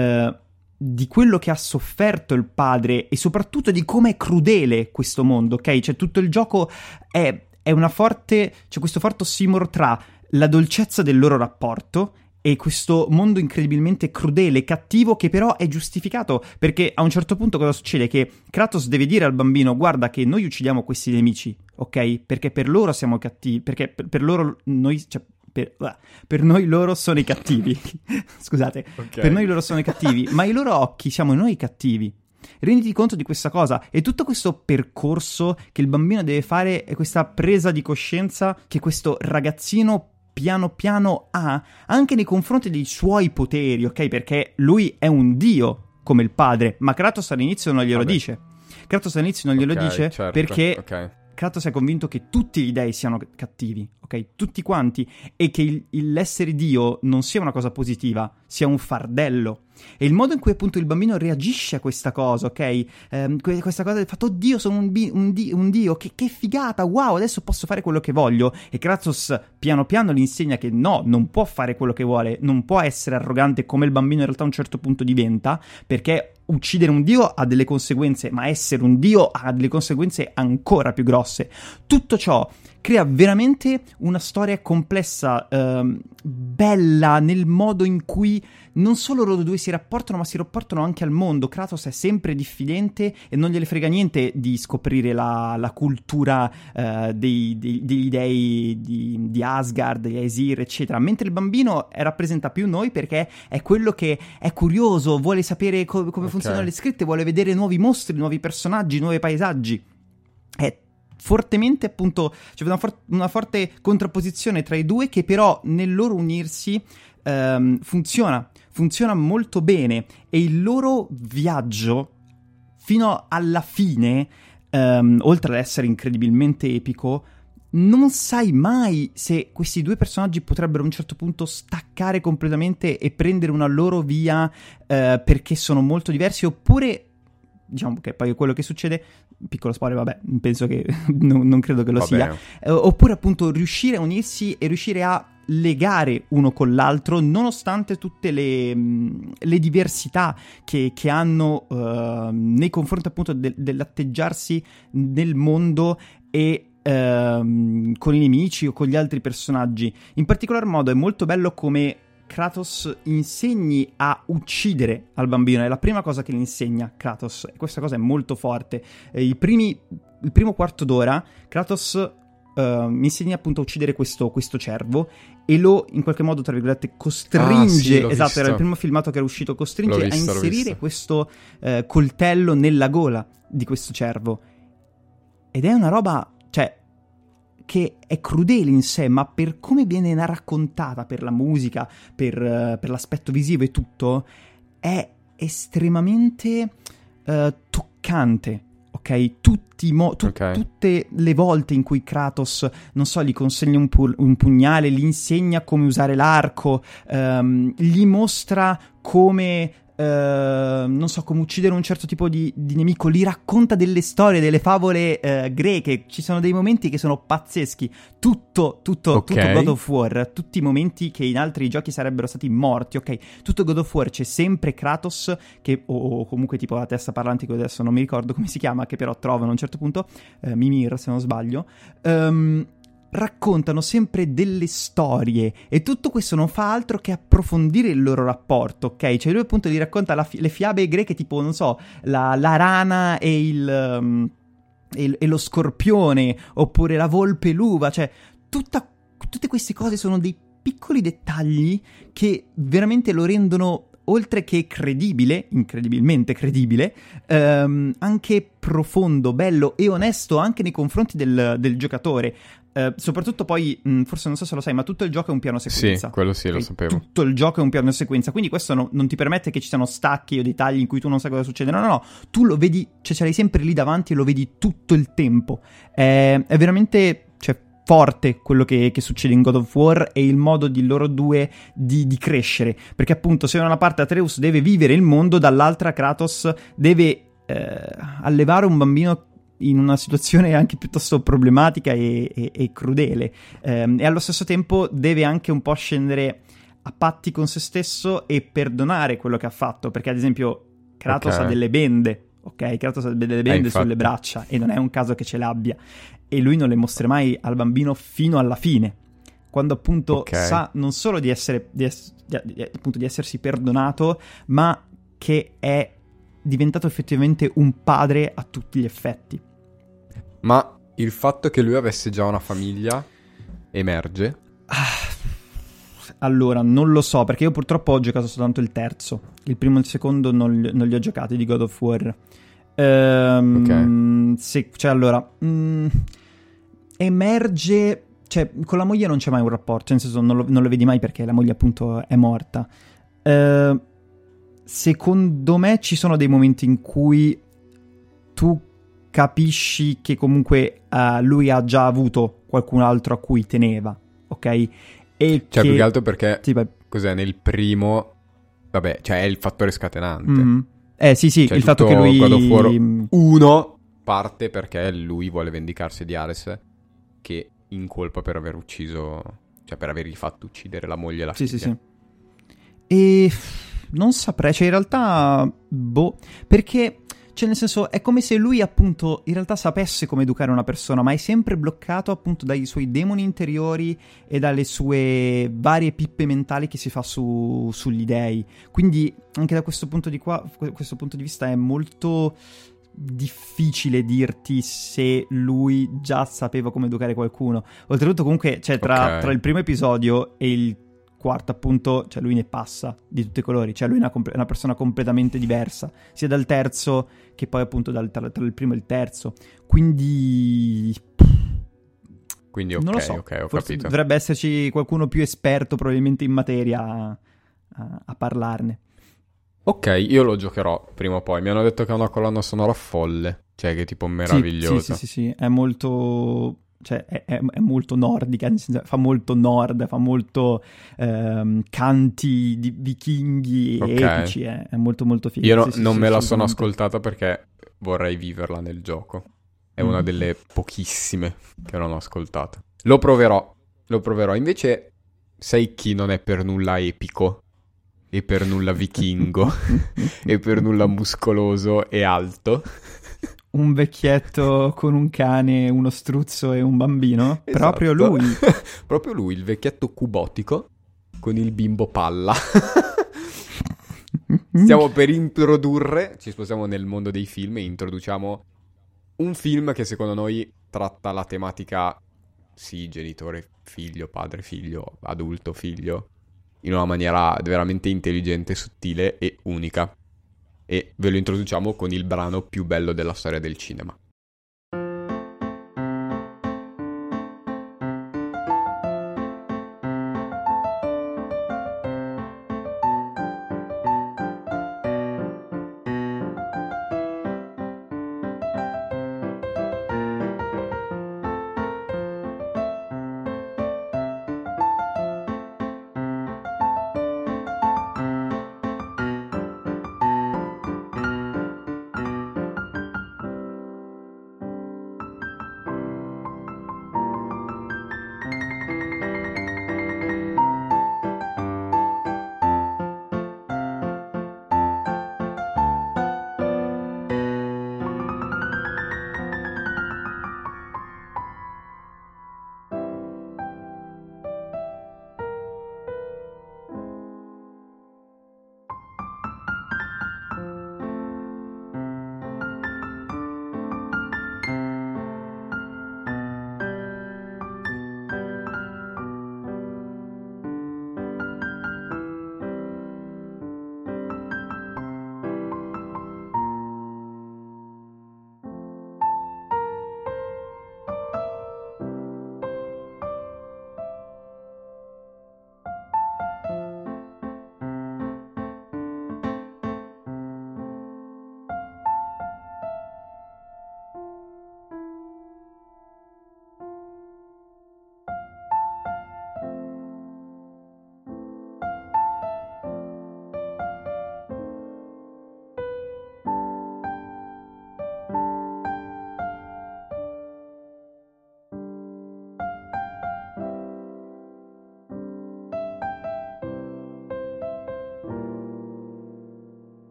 di quello che ha sofferto il padre e soprattutto di come è crudele questo mondo, ok? Cioè tutto il gioco è una forte... c'è questo forte ossimoro tra la dolcezza del loro rapporto e questo mondo incredibilmente crudele, cattivo, che però è giustificato, perché a un certo punto cosa succede? Che Kratos deve dire al bambino: guarda che noi uccidiamo questi nemici, ok? Perché per loro siamo cattivi, perché per loro noi... cioè, per noi loro sono i cattivi. Scusate, okay. Per noi loro sono i cattivi, ma ai loro occhi siamo noi i cattivi. Renditi conto di questa cosa. E tutto questo percorso che il bambino deve fare è questa presa di coscienza che questo ragazzino piano piano ha anche nei confronti dei suoi poteri, ok? Perché lui è un dio come il padre, ma Kratos all'inizio non glielo dice. Kratos all'inizio non glielo dice, certo, perché Kratos è convinto che tutti gli dei siano cattivi, ok? Tutti quanti, e che l'essere Dio non sia una cosa positiva, sia un fardello. E il modo in cui appunto il bambino reagisce a questa cosa, ok? Questa cosa del fatto: oddio, sono un dio, che figata, wow, adesso posso fare quello che voglio. E Kratos piano piano gli insegna che no, non può fare quello che vuole, non può essere arrogante come il bambino in realtà a un certo punto diventa, perché uccidere un dio ha delle conseguenze, ma essere un dio ha delle conseguenze ancora più grosse. Tutto ciò crea veramente una storia complessa, bella, nel modo in cui non solo loro due si rapportano, ma si rapportano anche al mondo. Kratos è sempre diffidente e non gliele frega niente di scoprire la cultura degli dei di Asgard, di Aesir, eccetera. Mentre il bambino rappresenta più noi perché è quello che è curioso, vuole sapere come funzionano le scritte, vuole vedere nuovi mostri, nuovi personaggi, nuovi paesaggi. È fortemente appunto, c'è una forte contrapposizione tra i due che però nel loro unirsi funziona molto bene, e il loro viaggio fino alla fine, oltre ad essere incredibilmente epico, non sai mai se questi due personaggi potrebbero a un certo punto staccare completamente e prendere una loro via perché sono molto diversi, oppure diciamo che poi quello che succede, piccolo spoiler, vabbè, penso che non credo che lo sia, oppure appunto riuscire a unirsi e riuscire a legare uno con l'altro nonostante tutte le diversità che hanno nei confronti appunto dell'atteggiarsi nel mondo e con i nemici o con gli altri personaggi. In particolar modo è molto bello come Kratos insegni a uccidere al bambino, è la prima cosa che gli insegna Kratos, e questa cosa è molto forte. Il primo quarto d'ora Kratos mi insegna appunto a uccidere questo cervo e lo, in qualche modo, tra virgolette, costringe, esatto, visto. Era il primo filmato che era uscito, costringe a inserire questo coltello nella gola di questo cervo, ed è una roba, cioè, che è crudele in sé, ma per come viene raccontata, per la musica, per l'aspetto visivo e tutto, è estremamente toccante, ok? Tutte le volte in cui Kratos, non so, gli consegna un pugnale, gli insegna come usare l'arco, gli mostra come... non so, come uccidere un certo tipo di nemico, li racconta delle storie, delle favole greche. Ci sono dei momenti che sono pazzeschi. Tutto God of War, tutti i momenti che in altri giochi sarebbero stati morti, ok? Tutto God of War c'è sempre Kratos che, o comunque tipo la testa parlante, che adesso non mi ricordo come si chiama, che però trovano a un certo punto, Mimir se non sbaglio, raccontano sempre delle storie, e tutto questo non fa altro che approfondire il loro rapporto, ok? Cioè lui appunto gli racconta le fiabe greche, tipo, non so, la rana e e lo scorpione, oppure la volpe l'uva, cioè tutte queste cose sono dei piccoli dettagli che veramente lo rendono, oltre che credibile, incredibilmente credibile, anche profondo, bello e onesto anche nei confronti del giocatore. Soprattutto poi, forse non so se lo sai, ma tutto il gioco è un piano sequenza. Sì, quello sì, lo sapevo. Tutto il gioco è un piano sequenza, quindi questo non ti permette che ci siano stacchi o dei tagli in cui tu non sai cosa succede. No, tu lo vedi, cioè ce l'hai sempre lì davanti e lo vedi tutto il tempo. È veramente, cioè, forte quello che succede in God of War e il modo di loro due di crescere, perché appunto se da una parte Atreus deve vivere il mondo, dall'altra Kratos deve allevare un bambino in una situazione anche piuttosto problematica e crudele, e allo stesso tempo deve anche un po' scendere a patti con se stesso e perdonare quello che ha fatto, perché ad esempio Kratos ha delle bende, ok? Kratos ha delle bende sulle braccia e non è un caso che ce l'abbia, e lui non le mostra mai al bambino fino alla fine, quando appunto sa non solo di essersi perdonato, ma che è diventato effettivamente un padre a tutti gli effetti. Ma il fatto che lui avesse già una famiglia emerge? Allora, non lo so, perché io purtroppo ho giocato soltanto il terzo. Il primo e il secondo non li ho giocati di God of War. Emerge... Cioè, con la moglie non c'è mai un rapporto, nel senso non lo vedi mai perché la moglie appunto è morta. Secondo me ci sono dei momenti in cui tu capisci che comunque lui ha già avuto qualcun altro a cui teneva, ok? E cioè, più che altro perché, sì, cos'è, nel primo, vabbè, cioè è il fattore scatenante. Mm-hmm. Sì, cioè, il fatto che lui... God of War 1 parte perché lui vuole vendicarsi di Ares, che incolpa per aver ucciso, cioè per avergli fatto uccidere la moglie e la figlia. Sì. E non saprei, cioè in realtà, perché... Cioè, nel senso, è come se lui, appunto, in realtà sapesse come educare una persona, ma è sempre bloccato, appunto, dai suoi demoni interiori e dalle sue varie pippe mentali che si fa sugli dei. Quindi, anche da questo punto di vista, è molto difficile dirti se lui già sapeva come educare qualcuno. Oltretutto, comunque, cioè, tra il primo episodio e il quarto, appunto, cioè lui ne passa di tutti i colori, cioè lui è una persona completamente diversa, sia dal terzo che poi appunto tra il primo e il terzo, quindi non lo so, ho forse capito. Dovrebbe esserci qualcuno più esperto probabilmente in materia a parlarne. Ok, io lo giocherò prima o poi. Mi hanno detto che è una colonna sonora folle, cioè che è tipo meravigliosa. Sì, è molto... Cioè è molto nordica, nel senso, fa molto nord, fa molto canti di vichinghi epici, è molto molto figo. Io non me la sono ascoltata perché vorrei viverla nel gioco. È una delle pochissime che non ho ascoltato. Lo proverò. Invece, sai chi non è per nulla epico? E per nulla vichingo? E per nulla muscoloso e alto? Un vecchietto con un cane, uno struzzo e un bambino? Esatto. Proprio lui. Proprio lui, il vecchietto cubotico con il bimbo palla. Stiamo per introdurre, ci spostiamo nel mondo dei film e introduciamo un film che secondo noi tratta la tematica, sì, genitore, figlio, padre, figlio, adulto, figlio, in una maniera veramente intelligente, sottile e unica. E ve lo introduciamo con il brano più bello della storia del cinema.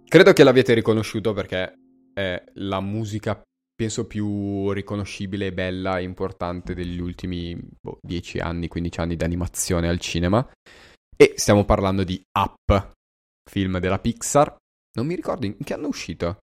Credo che l'abbiate riconosciuto perché è la musica, penso, più riconoscibile, bella e importante degli ultimi 10 anni, 15 anni di animazione al cinema. E stiamo parlando di Up, film della Pixar. Non mi ricordo in che anno è uscito.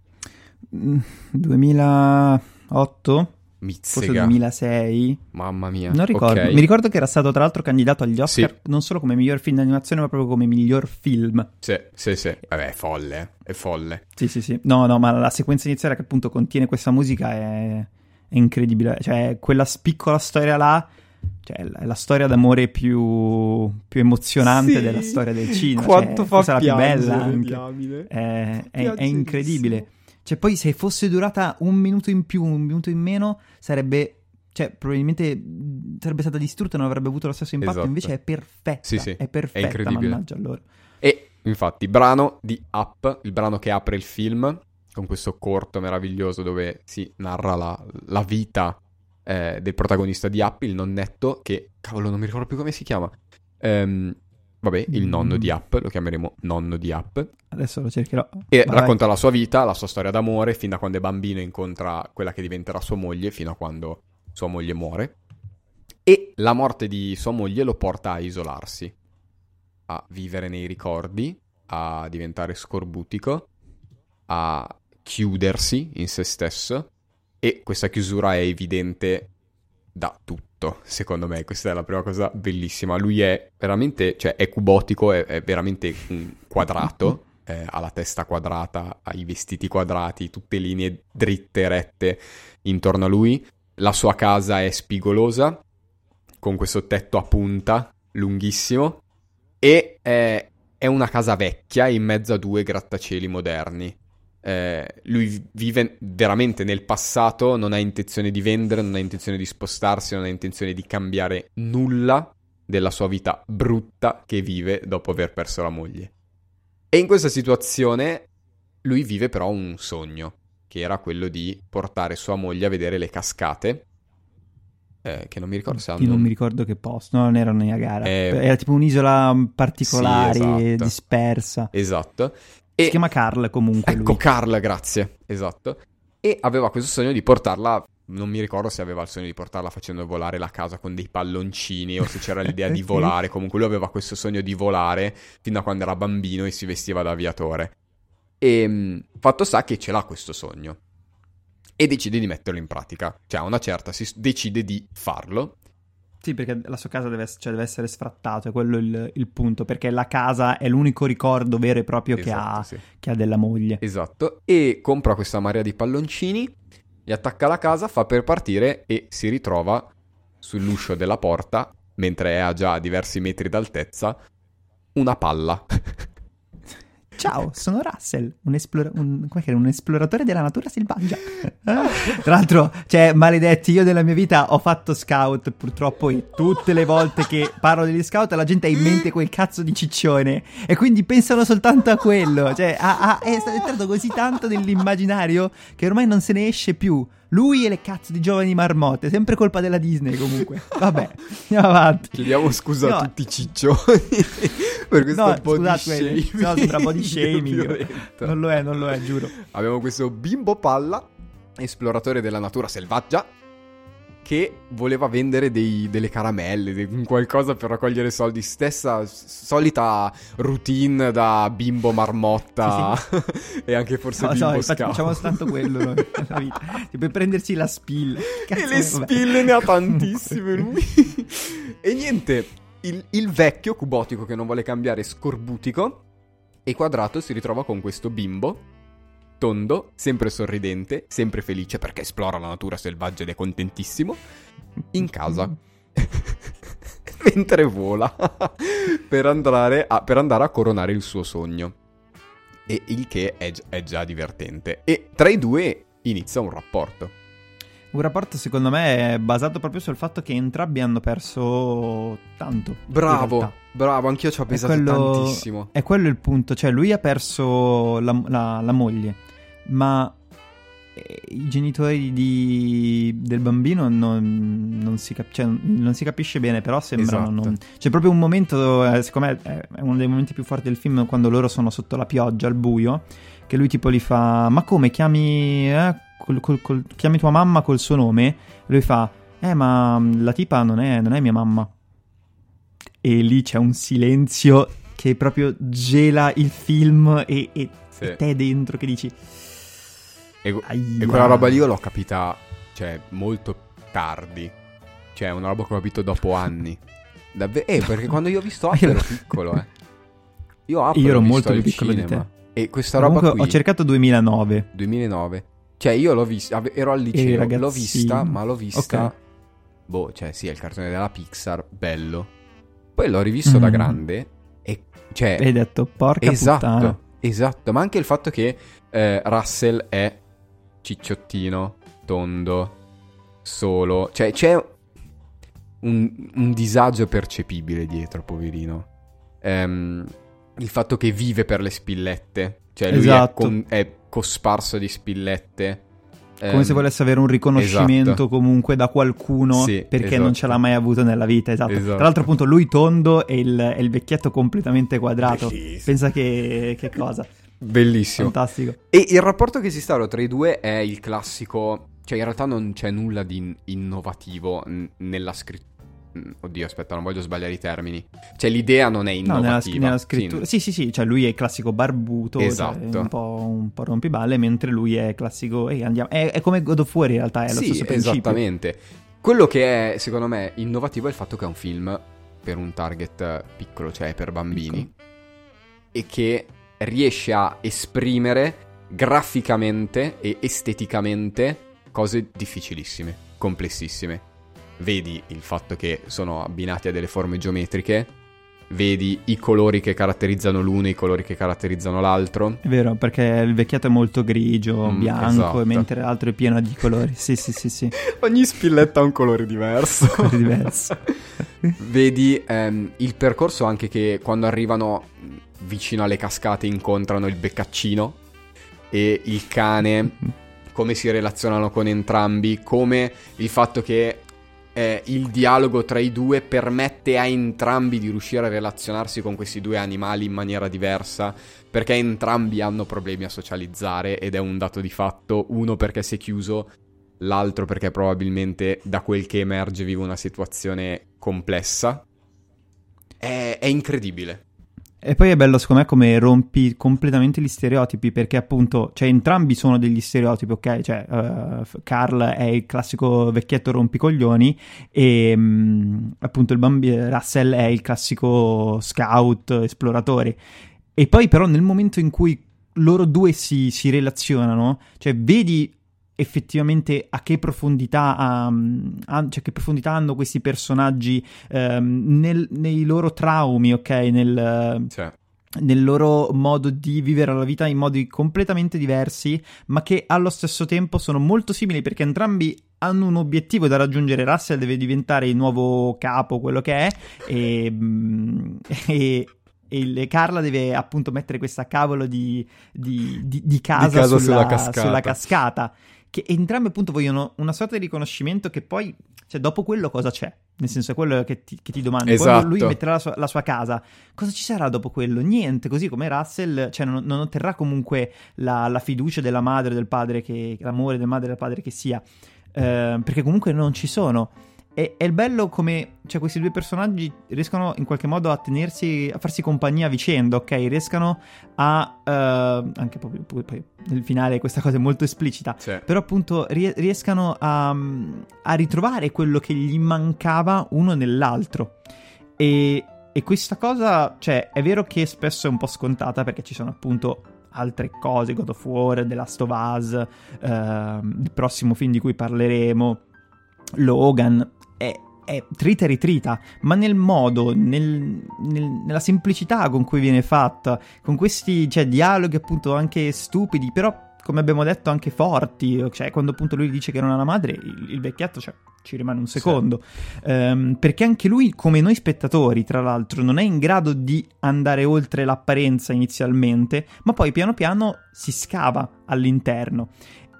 2008? Mizzega. Forse 2006. Mamma mia. Non ricordo. Okay. Mi ricordo che era stato tra l'altro candidato agli Oscar, sì, non solo come miglior film d'animazione, ma proprio come miglior film. Sì. Vabbè, è folle. Sì. No, ma la sequenza iniziale che appunto contiene questa musica è incredibile. Cioè, quella piccola storia là, cioè, è la storia d'amore più emozionante della storia del cinema. Quanto fa la più bella anche. È incredibile. Cioè, poi se fosse durata un minuto in più, un minuto in meno, sarebbe... Cioè, probabilmente sarebbe stata distrutta e non avrebbe avuto lo stesso impatto. Esatto. Invece è perfetta. Sì, è perfetta, è incredibile. Mannaggia allora. E infatti, brano di Up, il brano che apre il film, con questo corto meraviglioso dove si narra la vita del protagonista di Up, il nonnetto, che, cavolo, non mi ricordo più come si chiama. Vabbè, il nonno di Up, lo chiameremo nonno di Up. Adesso lo cercherò. E racconta la sua vita, la sua storia d'amore, fin da quando è bambino incontra quella che diventerà sua moglie, fino a quando sua moglie muore. E la morte di sua moglie lo porta a isolarsi, a vivere nei ricordi, a diventare scorbutico, a chiudersi in se stesso. E questa chiusura è evidente da tutto, secondo me. Questa è la prima cosa bellissima. Lui è veramente, cioè è cubotico, è veramente un quadrato, ha la testa quadrata, ha i vestiti quadrati, tutte linee dritte, rette intorno a lui. La sua casa è spigolosa, con questo tetto a punta, lunghissimo, e è una casa vecchia in mezzo a due grattacieli moderni. Lui vive veramente nel passato, non ha intenzione di vendere, non ha intenzione di spostarsi, non ha intenzione di cambiare nulla della sua vita brutta che vive dopo aver perso la moglie. E in questa situazione lui vive però un sogno, che era quello di portare sua moglie a vedere le cascate, che non mi ricordo se hanno... Io non mi ricordo che posto, no, non era Niagara, era tipo un'isola particolare, sì, esatto, dispersa. Esatto. Si chiama Carl comunque. Ecco, lui. Carl, grazie, esatto. E aveva questo sogno di portarla, non mi ricordo se aveva il sogno di portarla facendo volare la casa con dei palloncini o se c'era l'idea di volare. Comunque lui aveva questo sogno di volare fin da quando era bambino e si vestiva da aviatore. E fatto sta che ce l'ha questo sogno e decide di metterlo in pratica. Cioè a una certa si decide di farlo. Sì, perché la sua casa deve essere sfrattato, è quello il punto, perché la casa è l'unico ricordo vero e proprio esatto, che ha della moglie. Esatto, e compra questa marea di palloncini, li attacca alla casa, fa per partire e si ritrova sull'uscio della porta, mentre è a già diversi metri d'altezza, una palla. Ciao, sono Russell, un esploratore della natura selvaggia. Tra l'altro, cioè, maledetti, io nella mia vita ho fatto scout, purtroppo, e tutte le volte che parlo degli scout la gente ha in mente quel cazzo di ciccione e quindi pensano soltanto a quello. Cioè, è entrato così tanto nell'immaginario che ormai non se ne esce più. Lui e le cazzo di giovani marmotte, sempre colpa della Disney comunque. Vabbè, andiamo avanti. Chiediamo scusa a tutti i ciccioni per questo body shaming. No, sembra body shaming. Non lo è, giuro. Abbiamo questo bimbo palla, esploratore della natura selvaggia, che voleva vendere delle caramelle, qualcosa per raccogliere soldi. Stessa solita routine da bimbo marmotta, sì. E anche forse bimbo scout. Facciamo soltanto quello nella vita, per prendersi la spilla. E le spille ne ha tantissime lui. E niente, il vecchio cubotico che non vuole cambiare, scorbutico e quadrato, si ritrova con questo bimbo tondo, sempre sorridente, sempre felice perché esplora la natura selvaggia ed è contentissimo, in casa mentre vola per andare a coronare il suo sogno, e il che è già divertente, e tra i due inizia un rapporto secondo me basato proprio sul fatto che entrambi hanno perso tanto. Bravo, anch'io ci ho pensato tantissimo. È quello il punto, cioè lui ha perso la moglie, ma i genitori del bambino non si capisce bene, però sembrano esatto. C'è proprio un momento, secondo me è uno dei momenti più forti del film, quando loro sono sotto la pioggia al buio, che lui tipo li fa: ma come chiami chiami tua mamma col suo nome? E lui fa: ma la tipa non è mia mamma. E lì c'è un silenzio che proprio gela il film e te dentro che dici... E quella roba lì io l'ho capita, cioè, molto tardi. Cioè, una roba che ho capito dopo anni. Perché quando io ho visto Up ero piccolo, Io ero molto più piccolo di te. E questa roba qui... ho cercato 2009. 2009. Cioè, io l'ho vista, ero al liceo, l'ho vista, ma l'ho vista... Okay. Boh, cioè, sì, è il cartone della Pixar, bello. Poi l'ho rivisto da grande e, cioè... Hai detto, porca puttana. Esatto, ma anche il fatto che Russell è cicciottino, tondo, solo, cioè c'è un disagio percepibile dietro, poverino. Il fatto che vive per le spillette, cioè lui esatto. è cosparso di spillette, come se volesse avere un riconoscimento, esatto, comunque da qualcuno, sì, perché esatto, non ce l'ha mai avuto nella vita. Esatto. Tra l'altro appunto lui tondo e il vecchietto completamente quadrato. Bellissimo. Pensa che cosa. Bellissimo. Fantastico. E il rapporto che si instaura tra i due è il classico, cioè in realtà non c'è nulla di innovativo nella scrittura. Oddio, aspetta, non voglio sbagliare i termini. Cioè l'idea non è innovativa. Nella scrittura. Sì, cioè lui è il classico barbuto, esatto, cioè un po' rompiballe, mentre lui è classico, andiamo. È come God of War in realtà, è lo stesso principio. Esattamente. Quello che è, secondo me, innovativo è il fatto che è un film per un target piccolo, cioè per bambini, e che riesce a esprimere graficamente e esteticamente cose difficilissime, complessissime. Vedi il fatto che sono abbinati a delle forme geometriche, vedi i colori che caratterizzano l'uno e i colori che caratterizzano l'altro. È vero, perché il vecchietto è molto grigio, bianco, esatto, mentre l'altro è pieno di colori. Sì. Ogni spilletta ha un colore diverso. Vedi il percorso anche che quando arrivano vicino alle cascate incontrano il beccaccino e il cane, come si relazionano con entrambi, come il fatto che il dialogo tra i due permette a entrambi di riuscire a relazionarsi con questi due animali in maniera diversa, perché entrambi hanno problemi a socializzare ed è un dato di fatto, uno perché si è chiuso, l'altro perché probabilmente da quel che emerge vive una situazione complessa. È incredibile. E poi è bello secondo me come rompi completamente gli stereotipi, perché appunto, cioè entrambi sono degli stereotipi, ok? Cioè Carl è il classico vecchietto rompicoglioni e appunto Russell è il classico scout esploratore. E poi però nel momento in cui loro due si relazionano, cioè vedi effettivamente a che profondità cioè che profondità hanno questi personaggi nei loro traumi, ok? Nel loro modo di vivere la vita in modi completamente diversi, ma che allo stesso tempo sono molto simili, perché entrambi hanno un obiettivo da raggiungere. Russell deve diventare il nuovo capo, quello che è, e Carla deve appunto mettere questa cavolo di casa sulla cascata, che entrambi appunto vogliono una sorta di riconoscimento, che poi, cioè, dopo quello cosa c'è? Nel senso, è quello che ti domandi. Esatto. Quando lui metterà la sua casa, cosa ci sarà dopo quello? Niente, così come Russell, cioè non otterrà comunque la fiducia della madre, del padre, l'amore del madre e del padre che sia, perché comunque non ci sono. E è il bello come, cioè, questi due personaggi riescono in qualche modo a farsi compagnia a vicenda, ok? Riescano a anche poi nel finale questa cosa è molto esplicita, sì, però appunto riescano a ritrovare quello che gli mancava uno nell'altro. E questa cosa, cioè, è vero che spesso è un po' scontata, perché ci sono appunto altre cose, God of War, The Last of Us, il prossimo film di cui parleremo, Logan, è trita e ritrita, ma nel modo, nella semplicità con cui viene fatta, con questi, cioè, dialoghi appunto anche stupidi, però come abbiamo detto anche forti, cioè quando appunto lui dice che non ha la madre, il vecchietto, cioè, ci rimane un secondo, sì. Perché anche lui, come noi spettatori, tra l'altro, non è in grado di andare oltre l'apparenza inizialmente, ma poi piano piano si scava all'interno.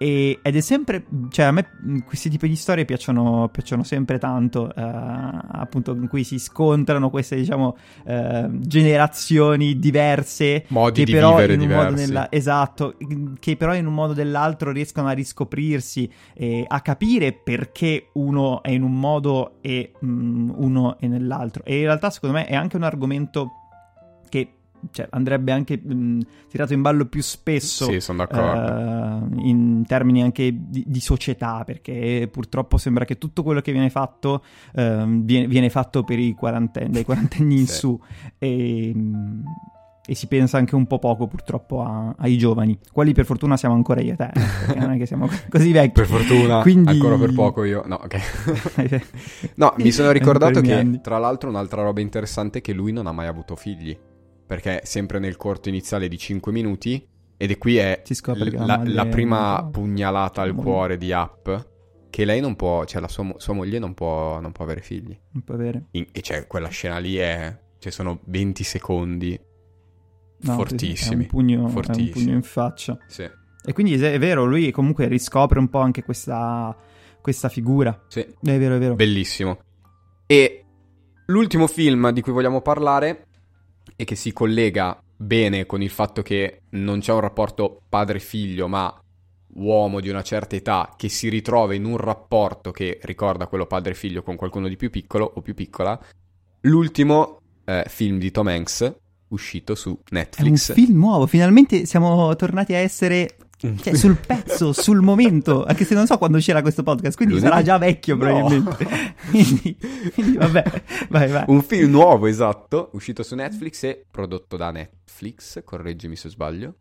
ed è sempre, cioè a me questi tipi di storie piacciono sempre tanto, appunto in cui si scontrano queste, diciamo, generazioni diverse, modi che di però vivere in un diversi. modo esatto, che però in un modo o nell'altro riescono a riscoprirsi e a capire perché uno è in un modo e uno è nell'altro. E in realtà secondo me è anche un argomento che, cioè, andrebbe anche tirato in ballo più spesso. Sì, sono d'accordo. In termini anche di società, perché purtroppo sembra che tutto quello che viene fatto viene fatto per i dai quarantenni in su, e si pensa anche un po' poco purtroppo ai giovani, quali per fortuna siamo ancora io e te, perché non è che siamo così vecchi. Per fortuna, quindi... ancora per poco io. No, ok. No, mi sono ricordato che, tra l'altro, un'altra roba interessante è che lui non ha mai avuto figli. Perché sempre nel corto iniziale di 5 minuti, ed è qui è la prima pugnalata al cuore di Up, che lei non può, cioè la sua moglie non può avere figli. Non può avere. E cioè quella scena lì cioè sono 20 secondi fortissimi. È un pugno in faccia. Sì. E quindi è vero, lui comunque riscopre un po' anche questa figura. Sì. È vero. Bellissimo. E l'ultimo film di cui vogliamo parlare, e che si collega bene con il fatto che non c'è un rapporto padre-figlio, ma uomo di una certa età che si ritrova in un rapporto che ricorda quello padre-figlio con qualcuno di più piccolo o più piccola. L'ultimo film di Tom Hanks uscito su Netflix. È un film nuovo, finalmente siamo tornati a essere... Cioè, sul pezzo, sul momento, anche se non so quando uscirà questo podcast, quindi sarà già vecchio probabilmente. quindi vabbè, vai. Un film nuovo, esatto, uscito su Netflix e prodotto da Netflix, correggimi se sbaglio.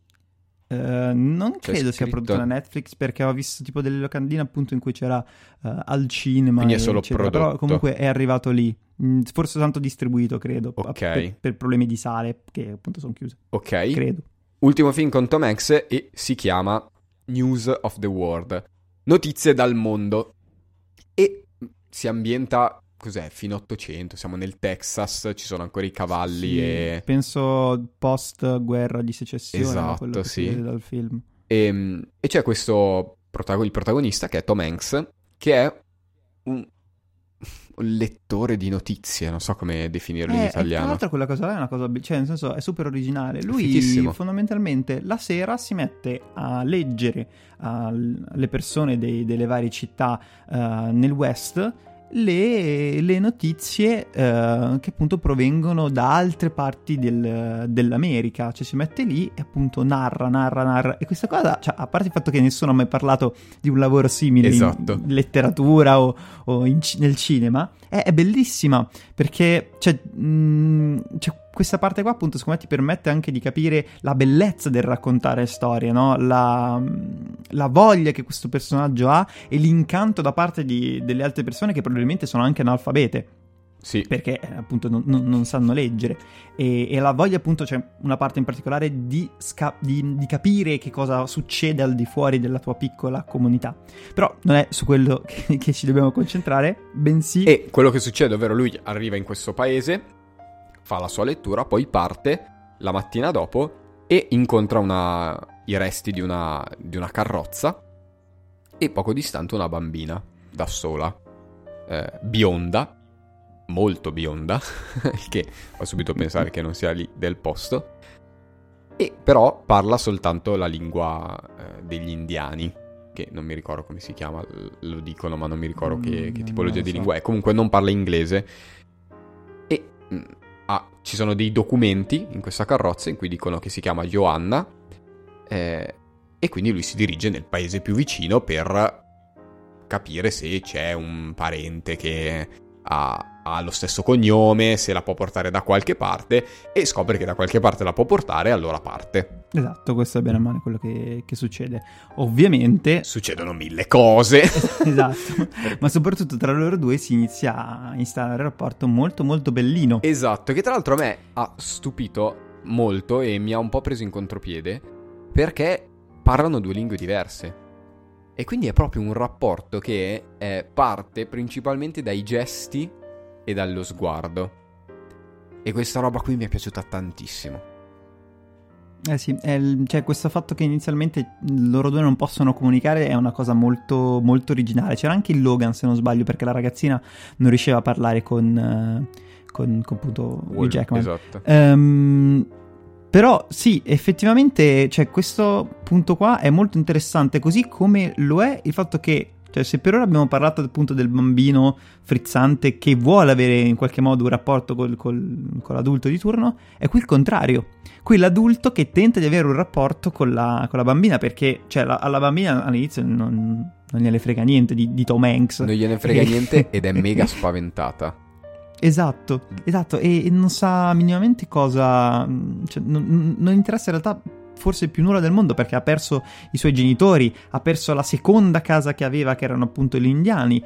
Non credo sia prodotto da Netflix, perché ho visto tipo delle locandine appunto in cui c'era al cinema. Quindi è solo eccetera. prodotto. Però comunque è arrivato lì, forse tanto distribuito, credo. Ok. Per problemi di sale, che appunto sono chiuse. Ok. Credo. Ultimo film con Tom Hanks e si chiama News of the World, notizie dal mondo, e si ambienta, cos'è, fino 800, siamo nel Texas, ci sono ancora i cavalli. Sì, e... penso post guerra di secessione, esatto, quello che si vede dal film. E c'è questo il protagonista, che è Tom Hanks, che è un lettore di notizie, non so come definirlo in italiano. Tra l'altro quella cosa là è una cosa, cioè nel senso è super originale. Lui fighissimo. Fondamentalmente la sera si mette a leggere alle persone delle varie città nel West le notizie che appunto provengono da altre parti dell'America. Cioè si mette lì e appunto narra, e questa cosa, cioè, a parte il fatto che nessuno ha mai parlato di un lavoro simile, esatto, in letteratura o nel cinema, è bellissima, perché c'è questa parte qua appunto secondo me ti permette anche di capire la bellezza del raccontare storie, no? La voglia che questo personaggio ha e l'incanto da parte delle altre persone che probabilmente sono anche analfabete. Sì. Perché appunto non sanno leggere, e la voglia appunto, c'è una parte in particolare di capire che cosa succede al di fuori della tua piccola comunità. Però non è su quello che ci dobbiamo concentrare, bensì... E quello che succede, ovvero lui arriva in questo paese, fa la sua lettura, poi parte la mattina dopo e incontra i resti di una carrozza, e poco distante una bambina da sola, bionda, molto bionda, che ho subito pensato che non sia lì del posto, e però parla soltanto la lingua degli indiani, che non mi ricordo come si chiama, lo dicono ma non mi ricordo che tipologia di lingua è. Comunque non parla inglese, e ci sono dei documenti in questa carrozza in cui dicono che si chiama Joanna, e quindi lui si dirige nel paese più vicino per capire se c'è un parente che ha lo stesso cognome, se la può portare da qualche parte, e scopre che da qualche parte la può portare, allora parte. Esatto, questo è bene o male quello che succede. Ovviamente succedono mille cose. Esatto, ma soprattutto tra loro due si inizia a instaurare un rapporto molto molto bellino. Esatto, che tra l'altro a me ha stupito molto e mi ha un po' preso in contropiede, perché parlano due lingue diverse. E quindi è proprio un rapporto che parte principalmente dai gesti e dallo sguardo. E questa roba qui mi è piaciuta tantissimo. Sì, cioè questo fatto che inizialmente loro due non possono comunicare è una cosa molto, molto originale. C'era anche il Logan, se non sbaglio, perché la ragazzina non riusciva a parlare con appunto Hugh Jackman. Esatto. Però sì, effettivamente, cioè, questo punto qua è molto interessante, così come lo è il fatto che, cioè, se per ora abbiamo parlato appunto del bambino frizzante che vuole avere in qualche modo un rapporto con l'adulto di turno, è qui il contrario. Qui l'adulto che tenta di avere un rapporto con la bambina, perché cioè, alla bambina all'inizio non gliene frega niente di Tom Hanks. Non gliene frega niente ed è mega spaventata. Esatto, e non sa minimamente cosa, cioè, non interessa in realtà forse più nulla del mondo, perché ha perso i suoi genitori, ha perso la seconda casa che aveva, che erano appunto gli indiani,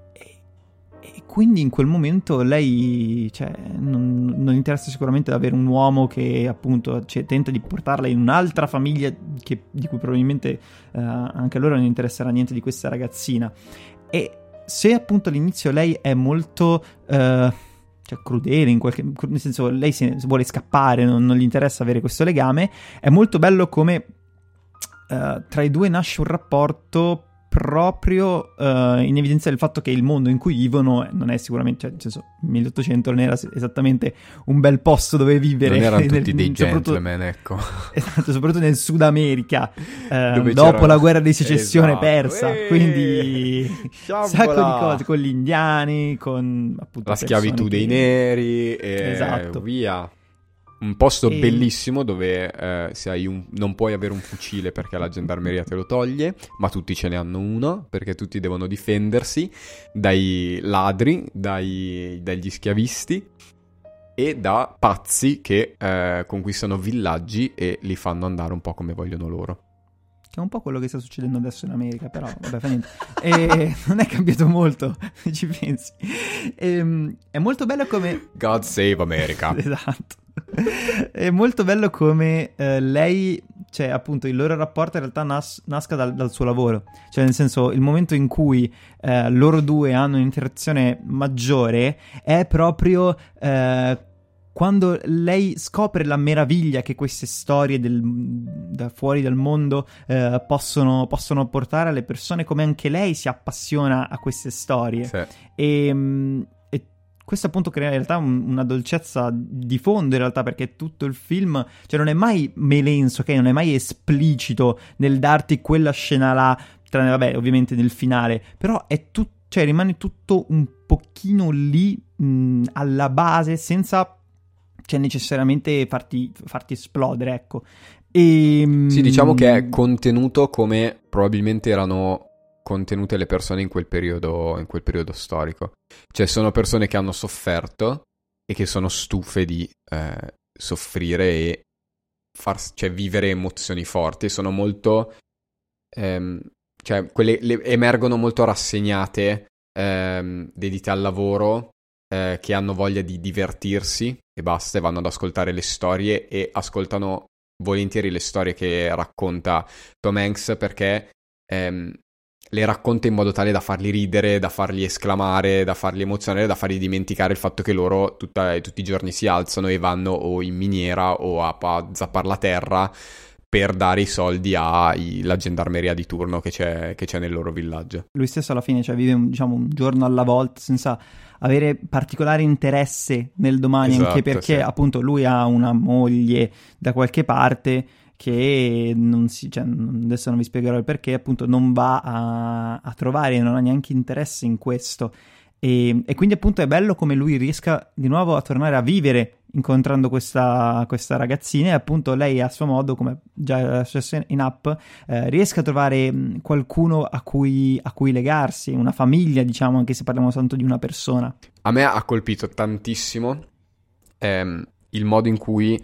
e quindi in quel momento lei, cioè, non interessa sicuramente ad avere un uomo che appunto tenta di portarla in un'altra famiglia di cui probabilmente anche a loro non interesserà niente di questa ragazzina. E se appunto all'inizio lei è molto cioè crudele, nel senso, lei vuole scappare, non gli interessa avere questo legame, è molto bello come tra i due nasce un rapporto proprio in evidenza del fatto che il mondo in cui vivono non è sicuramente, cioè, nel senso, 1800 non era esattamente un bel posto dove vivere. Non erano tutti dei gentleman, ecco. Esatto, soprattutto nel Sud America, dopo la guerra di secessione, esatto, persa, quindi un sacco di cose, con gli indiani, con appunto la schiavitù dei neri, esatto, via. Un posto bellissimo dove non puoi avere un fucile perché la gendarmeria te lo toglie, ma tutti ce ne hanno uno perché tutti devono difendersi dai ladri, dagli schiavisti e da pazzi che conquistano villaggi e li fanno andare un po' come vogliono loro. Che è un po' quello che sta succedendo adesso in America, però vabbè, fa niente. E non è cambiato molto, se ci pensi. È molto bello come... God save America. Esatto. È molto bello come lei, cioè appunto il loro rapporto in realtà nasca dal suo lavoro. Cioè nel senso, il momento in cui loro due hanno un'interazione maggiore è proprio... quando lei scopre la meraviglia che queste storie da fuori dal mondo possono portare alle persone, come anche lei si appassiona a queste storie. Sì. E questo appunto crea in realtà una dolcezza di fondo, in realtà, perché tutto il film, cioè, non è mai melenso, ok? Non è mai esplicito nel darti quella scena là, tranne, vabbè, ovviamente nel finale, però è cioè rimane tutto un pochino lì alla base, senza... cioè necessariamente farti esplodere, ecco. Sì, diciamo che è contenuto come probabilmente erano contenute le persone in quel periodo storico. Cioè sono persone che hanno sofferto e che sono stufe di soffrire e cioè vivere emozioni forti. Sono molto cioè quelle emergono molto rassegnate, dedite al lavoro, che hanno voglia di divertirsi e basta, e vanno ad ascoltare le storie e ascoltano volentieri le storie che racconta Tom Hanks, perché le racconta in modo tale da farli ridere, da farli esclamare, da farli emozionare, da farli dimenticare il fatto che loro tutti i giorni si alzano e vanno o in miniera o a zappare la terra per dare i soldi alla gendarmeria di turno che c'è nel loro villaggio. Lui stesso alla fine, cioè, vive diciamo un giorno alla volta senza avere particolare interesse nel domani, esatto, anche perché sì, appunto lui ha una moglie da qualche parte che cioè, adesso non vi spiegherò il perché, appunto non va a trovare, non ha neanche interesse in questo, e quindi appunto è bello come lui riesca di nuovo a tornare a vivere incontrando questa ragazzina, e appunto lei a suo modo, come già è successo in Up, riesca a trovare qualcuno a cui legarsi, una famiglia, diciamo, anche se parliamo soltanto di una persona. A me ha colpito tantissimo il modo in cui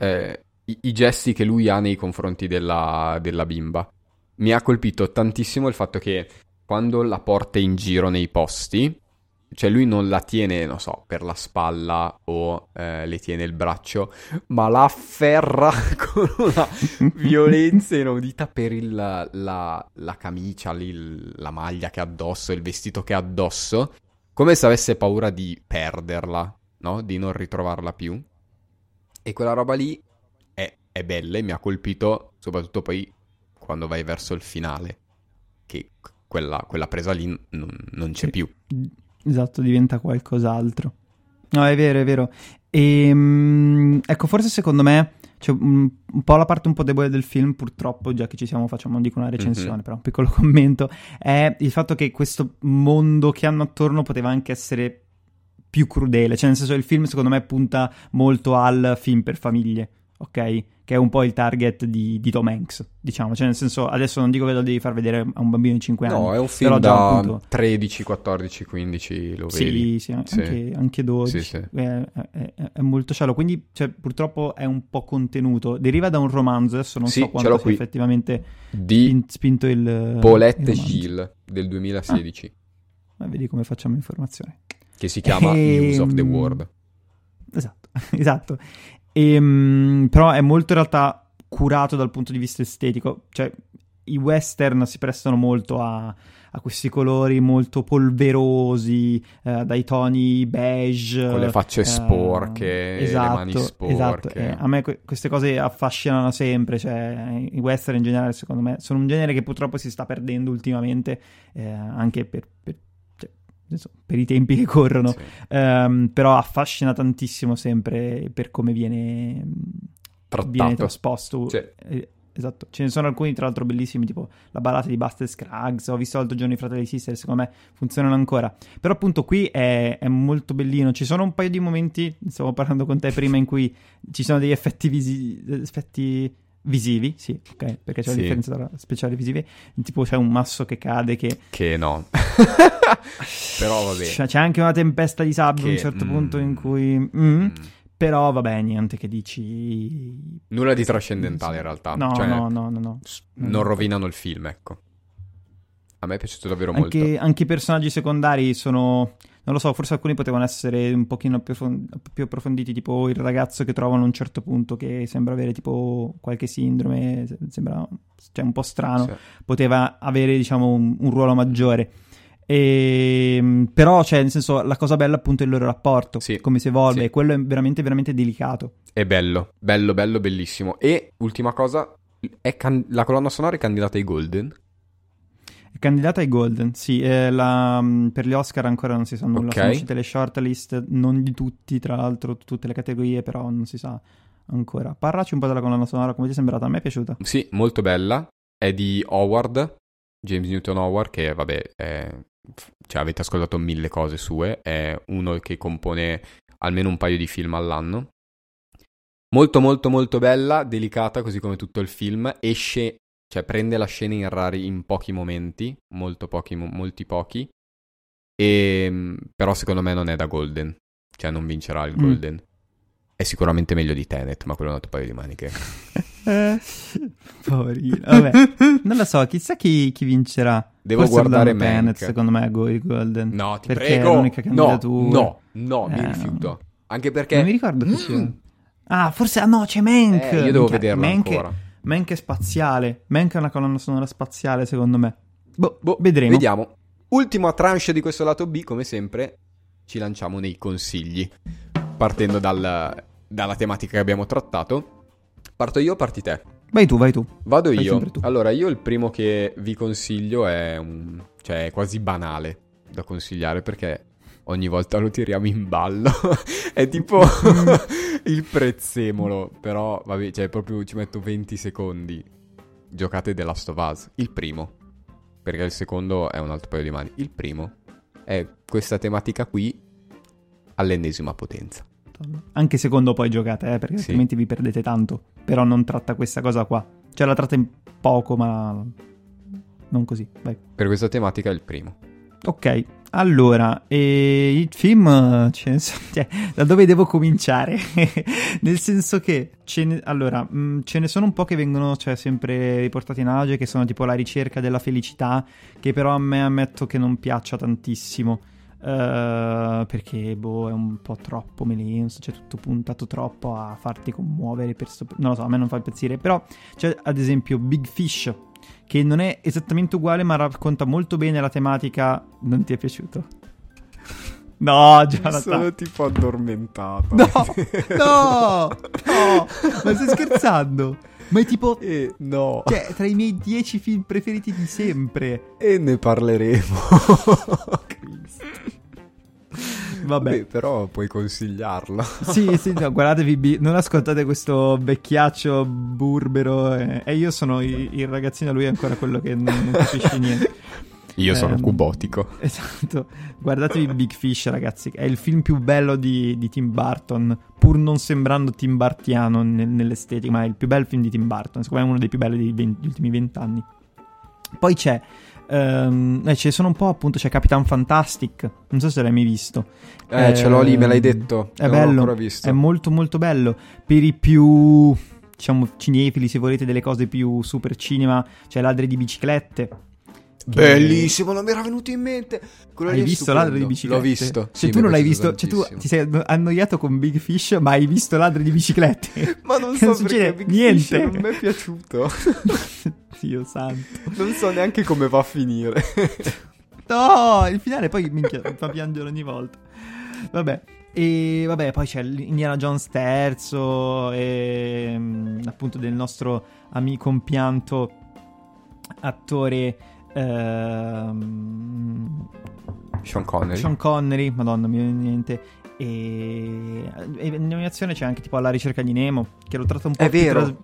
i gesti che lui ha nei confronti della bimba. Mi ha colpito tantissimo il fatto che quando la porta in giro nei posti, cioè lui non la tiene, non so, per la spalla o le tiene il braccio, ma la afferra con una violenza inaudita per la camicia, la maglia che ha addosso, il vestito che ha addosso, come se avesse paura di perderla, no? Di non ritrovarla più. E quella roba lì è è bella e mi ha colpito soprattutto poi quando vai verso il finale, che quella presa lì non c'è più. Esatto, diventa qualcos'altro. No, è vero, è vero. Ecco, forse secondo me c'è un po' la parte un po' debole del film, purtroppo, già che ci siamo, facciamo, non dico una recensione, però un piccolo commento, è il fatto che questo mondo che hanno attorno poteva anche essere più crudele, cioè nel senso il film secondo me punta molto al film per famiglie, ok? Che è un po' il target di Tom Hanks, diciamo, cioè nel senso adesso non dico che lo devi far vedere a un bambino di 5 anni. No, è un film da appunto 13, 14, 15, lo vedi. Sì, anche 12, sì. È molto sciallo, quindi cioè, purtroppo è un po' contenuto, deriva da un romanzo, adesso non so quanto sia effettivamente di spinto il Paulette Gilles del 2016. Vedi come facciamo informazione. Che si chiama Use of the Word. Esatto. Però è molto in realtà curato dal punto di vista estetico, cioè i western si prestano molto a questi colori molto polverosi, dai toni beige, con le facce sporche, esatto, le mani sporche. Esatto. A me queste cose affascinano sempre, cioè i western in generale secondo me sono un genere che purtroppo si sta perdendo ultimamente, anche per i tempi che corrono, però affascina tantissimo sempre per come viene trasposto. Esatto, ce ne sono alcuni tra l'altro bellissimi, tipo la ballata di Buster Scruggs, ho visto l'altro giorno i Fratelli Sister, secondo me funzionano ancora, però appunto qui è molto bellino, ci sono un paio di momenti, stavo parlando con te prima, in cui ci sono degli effetti visivi, sì, ok, perché c'è la differenza tra speciali e visivi, tipo c'è un masso che cade che no però vabbè, c'è anche una tempesta di sabbia a un certo punto in cui però vabbè, niente che dici, nulla di trascendentale in realtà, no. Non rovinano il film, ecco. A me è piaciuto davvero molto. Anche i personaggi secondari sono, non lo so, forse alcuni potevano essere un pochino più approfonditi, tipo il ragazzo che trovano a un certo punto che sembra avere tipo qualche sindrome, sembra un po' strano, poteva avere diciamo un ruolo maggiore. Però cioè nel senso la cosa bella appunto è il loro rapporto, come si evolve, e quello è veramente veramente delicato. È bello, bellissimo. E ultima cosa, la colonna sonora è candidata ai Golden. È candidata ai Golden, sì, per gli Oscar ancora non si sa nulla, sono uscite le shortlist, non di tutti, tra l'altro tutte le categorie, però non si sa ancora. Parlaci un po' della colonna sonora, come ti è sembrata? A me è piaciuta. Sì, molto bella, è di Howard, James Newton Howard, che vabbè, cioè avete ascoltato 1000 cose sue, è uno che compone almeno un paio di film all'anno. Molto molto molto bella, delicata, così come tutto il film, cioè prende la scena in pochi momenti, molti pochi, però secondo me non è da Golden, cioè non vincerà il Golden. È sicuramente meglio di Tenet, ma quello è un altro paio di maniche. Poverino, vabbè, non lo so, chissà chi vincerà. Devo guardare Tenet, secondo me, il Golden. No, ti perché prego. È l'unica candidatura. No, mi rifiuto. Anche perché non mi ricordo chi c'è. Forse no, c'è Mank. Io devo vederlo ancora. Mank è spaziale. Mank è una colonna sonora spaziale, secondo me. Vedremo. Vediamo. Ultima tranche di questo lato B, come sempre, ci lanciamo nei consigli. Partendo dalla tematica che abbiamo trattato. Parto io o parti te? Vai tu. Vado io. Allora, io il primo che vi consiglio è è quasi banale da consigliare, perché ogni volta lo tiriamo in ballo. È tipo il prezzemolo, però vabbè, cioè proprio ci metto 20 secondi. Giocate The Last of Us, il primo, perché il secondo è un altro paio di mani. Il primo è questa tematica qui all'ennesima potenza. Anche secondo poi giocate, perché altrimenti vi perdete tanto. Però non tratta questa cosa qua, cioè la tratta in poco, ma non così. Vai. Per questa tematica è il primo. Ok, allora, il film, cioè, da dove devo cominciare? Nel senso che ce ne sono un po' che vengono sempre riportati in auge, che sono tipo La ricerca della felicità, che però a me ammetto che non piaccia tantissimo. Perché è un po' troppo melenso, c'è tutto puntato troppo a farti commuovere non lo so, a me non fa impazzire. Però c'è ad esempio Big Fish, che non è esattamente uguale ma racconta molto bene la tematica. Non ti è piaciuto? No, Jonathan, sono tipo addormentato. No, No, ma stai scherzando? Ma è tipo... no. Cioè, tra i miei 10 film preferiti di sempre. E ne parleremo. Vabbè, però puoi consigliarlo. Sì, no, guardatevi, non ascoltate questo vecchiaccio burbero. E io sono il ragazzino, lui è ancora quello che non capisce niente. Io sono cubotico. Esatto. Guardatevi Big Fish, ragazzi. È il film più bello di Tim Burton, pur non sembrando Tim Burtiano nell'estetica, ma è il più bel film di Tim Burton. Secondo me è uno dei più belli degli ultimi 20 anni. Poi ce sono un po', appunto, c'è Capitan Fantastic. Non so se l'hai mai visto. Ce l'ho lì, me l'hai detto. È bello, visto. È molto molto bello. Per i più, diciamo, cinefili, se volete delle cose più super cinema, c'è Ladri di biciclette. Bellissimo, non mi era venuto in mente. Hai visto Ladri di biciclette? L'ho visto. Se tu non l'hai visto, cioè tu ti sei annoiato con Big Fish, ma hai visto Ladri di biciclette? Ma non so perché Big niente. Fish non mi è piaciuto. Dio santo. Non so neanche come va a finire. No, il finale poi minchia, mi fa piangere ogni volta. Vabbè. E vabbè, poi c'è Indiana Jones terzo e appunto del nostro amico compianto attore Sean Connery, madonna mia, niente. E in animazione c'è anche tipo Alla ricerca di Nemo, che lo tratta un po' più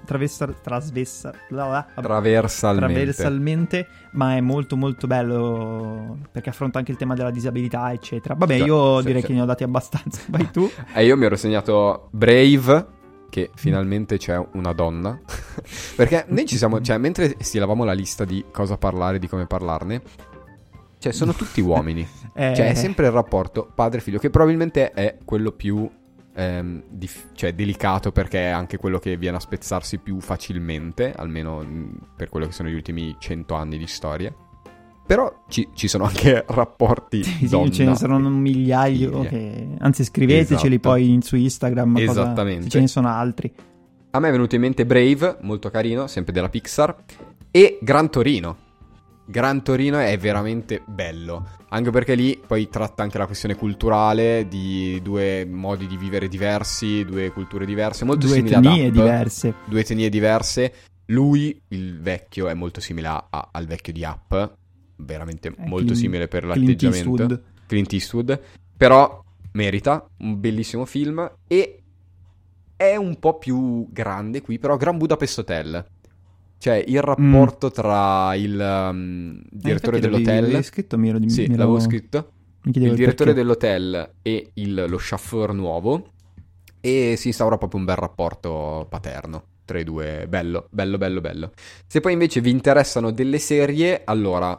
traversalmente, ma è molto molto bello perché affronta anche il tema della disabilità, eccetera. Vabbè, io direi che ne ho dati abbastanza. Vai tu. Io mi ero segnato Brave, che finalmente c'è una donna. Perché noi ci siamo, cioè, mentre stilavamo la lista di cosa parlare, di come parlarne, cioè sono tutti uomini. Cioè è sempre il rapporto padre-figlio, che probabilmente è quello più cioè delicato, perché è anche quello che viene a spezzarsi più facilmente, almeno per quello che sono gli ultimi 100 anni di storia. Però ci sono anche rapporti donna. Ce ne sono un migliaio anzi scriveteceli poi su Instagram. Esattamente. Se ce ne sono altri. A me è venuto in mente Brave, molto carino, sempre della Pixar, e Gran Torino. Gran Torino è veramente bello, anche perché lì poi tratta anche la questione culturale di due modi di vivere diversi, due culture diverse, molto simili ad Up. Due etnie diverse. Lui, il vecchio, è molto simile al vecchio di Up, veramente molto simile per l'atteggiamento. Clint Eastwood. Però merita, un bellissimo film, e è un po' più grande qui, però Grand Budapest Hotel. Cioè il rapporto tra il direttore dell'hotel. L'hai scritto, sì, l'avevo scritto. Il direttore dell'hotel e lo chauffeur nuovo, e si instaura proprio un bel rapporto paterno tra i due. Bello. Se poi invece vi interessano delle serie, allora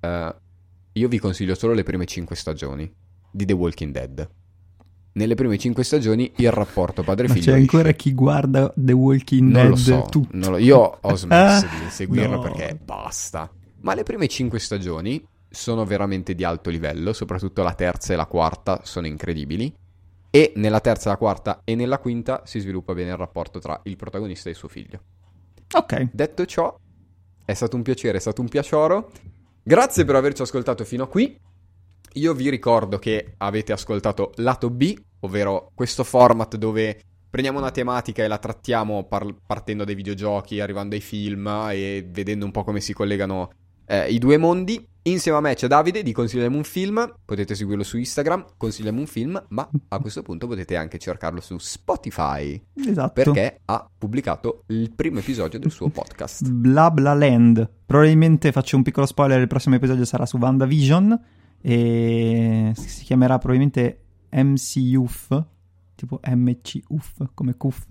io vi consiglio solo le prime 5 stagioni di The Walking Dead. Nelle prime 5 stagioni il rapporto padre-figlio. Ma c'è ancora chi guarda The Walking Dead? Non lo so. Io ho smesso di seguirlo perché basta. Ma le prime 5 stagioni sono veramente di alto livello, soprattutto la terza e la quarta sono incredibili. E nella terza, la quarta e nella quinta si sviluppa bene il rapporto tra il protagonista e il suo figlio. Ok. Detto ciò, è stato un piacere, è stato un piacoro. Grazie per averci ascoltato fino a qui. Io vi ricordo che avete ascoltato Lato B, ovvero questo format dove prendiamo una tematica e la trattiamo partendo dai videogiochi, arrivando ai film e vedendo un po' come si collegano i due mondi. Insieme a me c'è Davide di Consigliamo un Film, potete seguirlo su Instagram, Consigliamo un Film, ma a questo punto potete anche cercarlo su Spotify. Esatto. Perché ha pubblicato il primo episodio del suo podcast. Bla Bla Land. Probabilmente faccio un piccolo spoiler, il prossimo episodio sarà su WandaVision e si chiamerà probabilmente MCUF, tipo MCUF come CUF.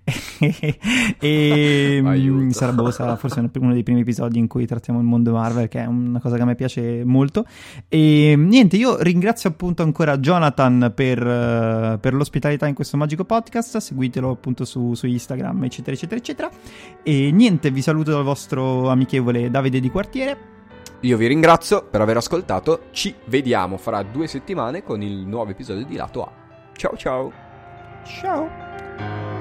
E sarà forse uno dei primi episodi in cui trattiamo il mondo Marvel, che è una cosa che a me piace molto. E niente, io ringrazio appunto ancora Jonathan per l'ospitalità in questo magico podcast. Seguitelo appunto su Instagram, eccetera eccetera eccetera. E niente, vi saluto dal vostro amichevole Davide Di Quartiere. Io vi ringrazio per aver ascoltato. Ci vediamo fra 2 settimane con il nuovo episodio di Lato A. Ciao ciao. Ciao.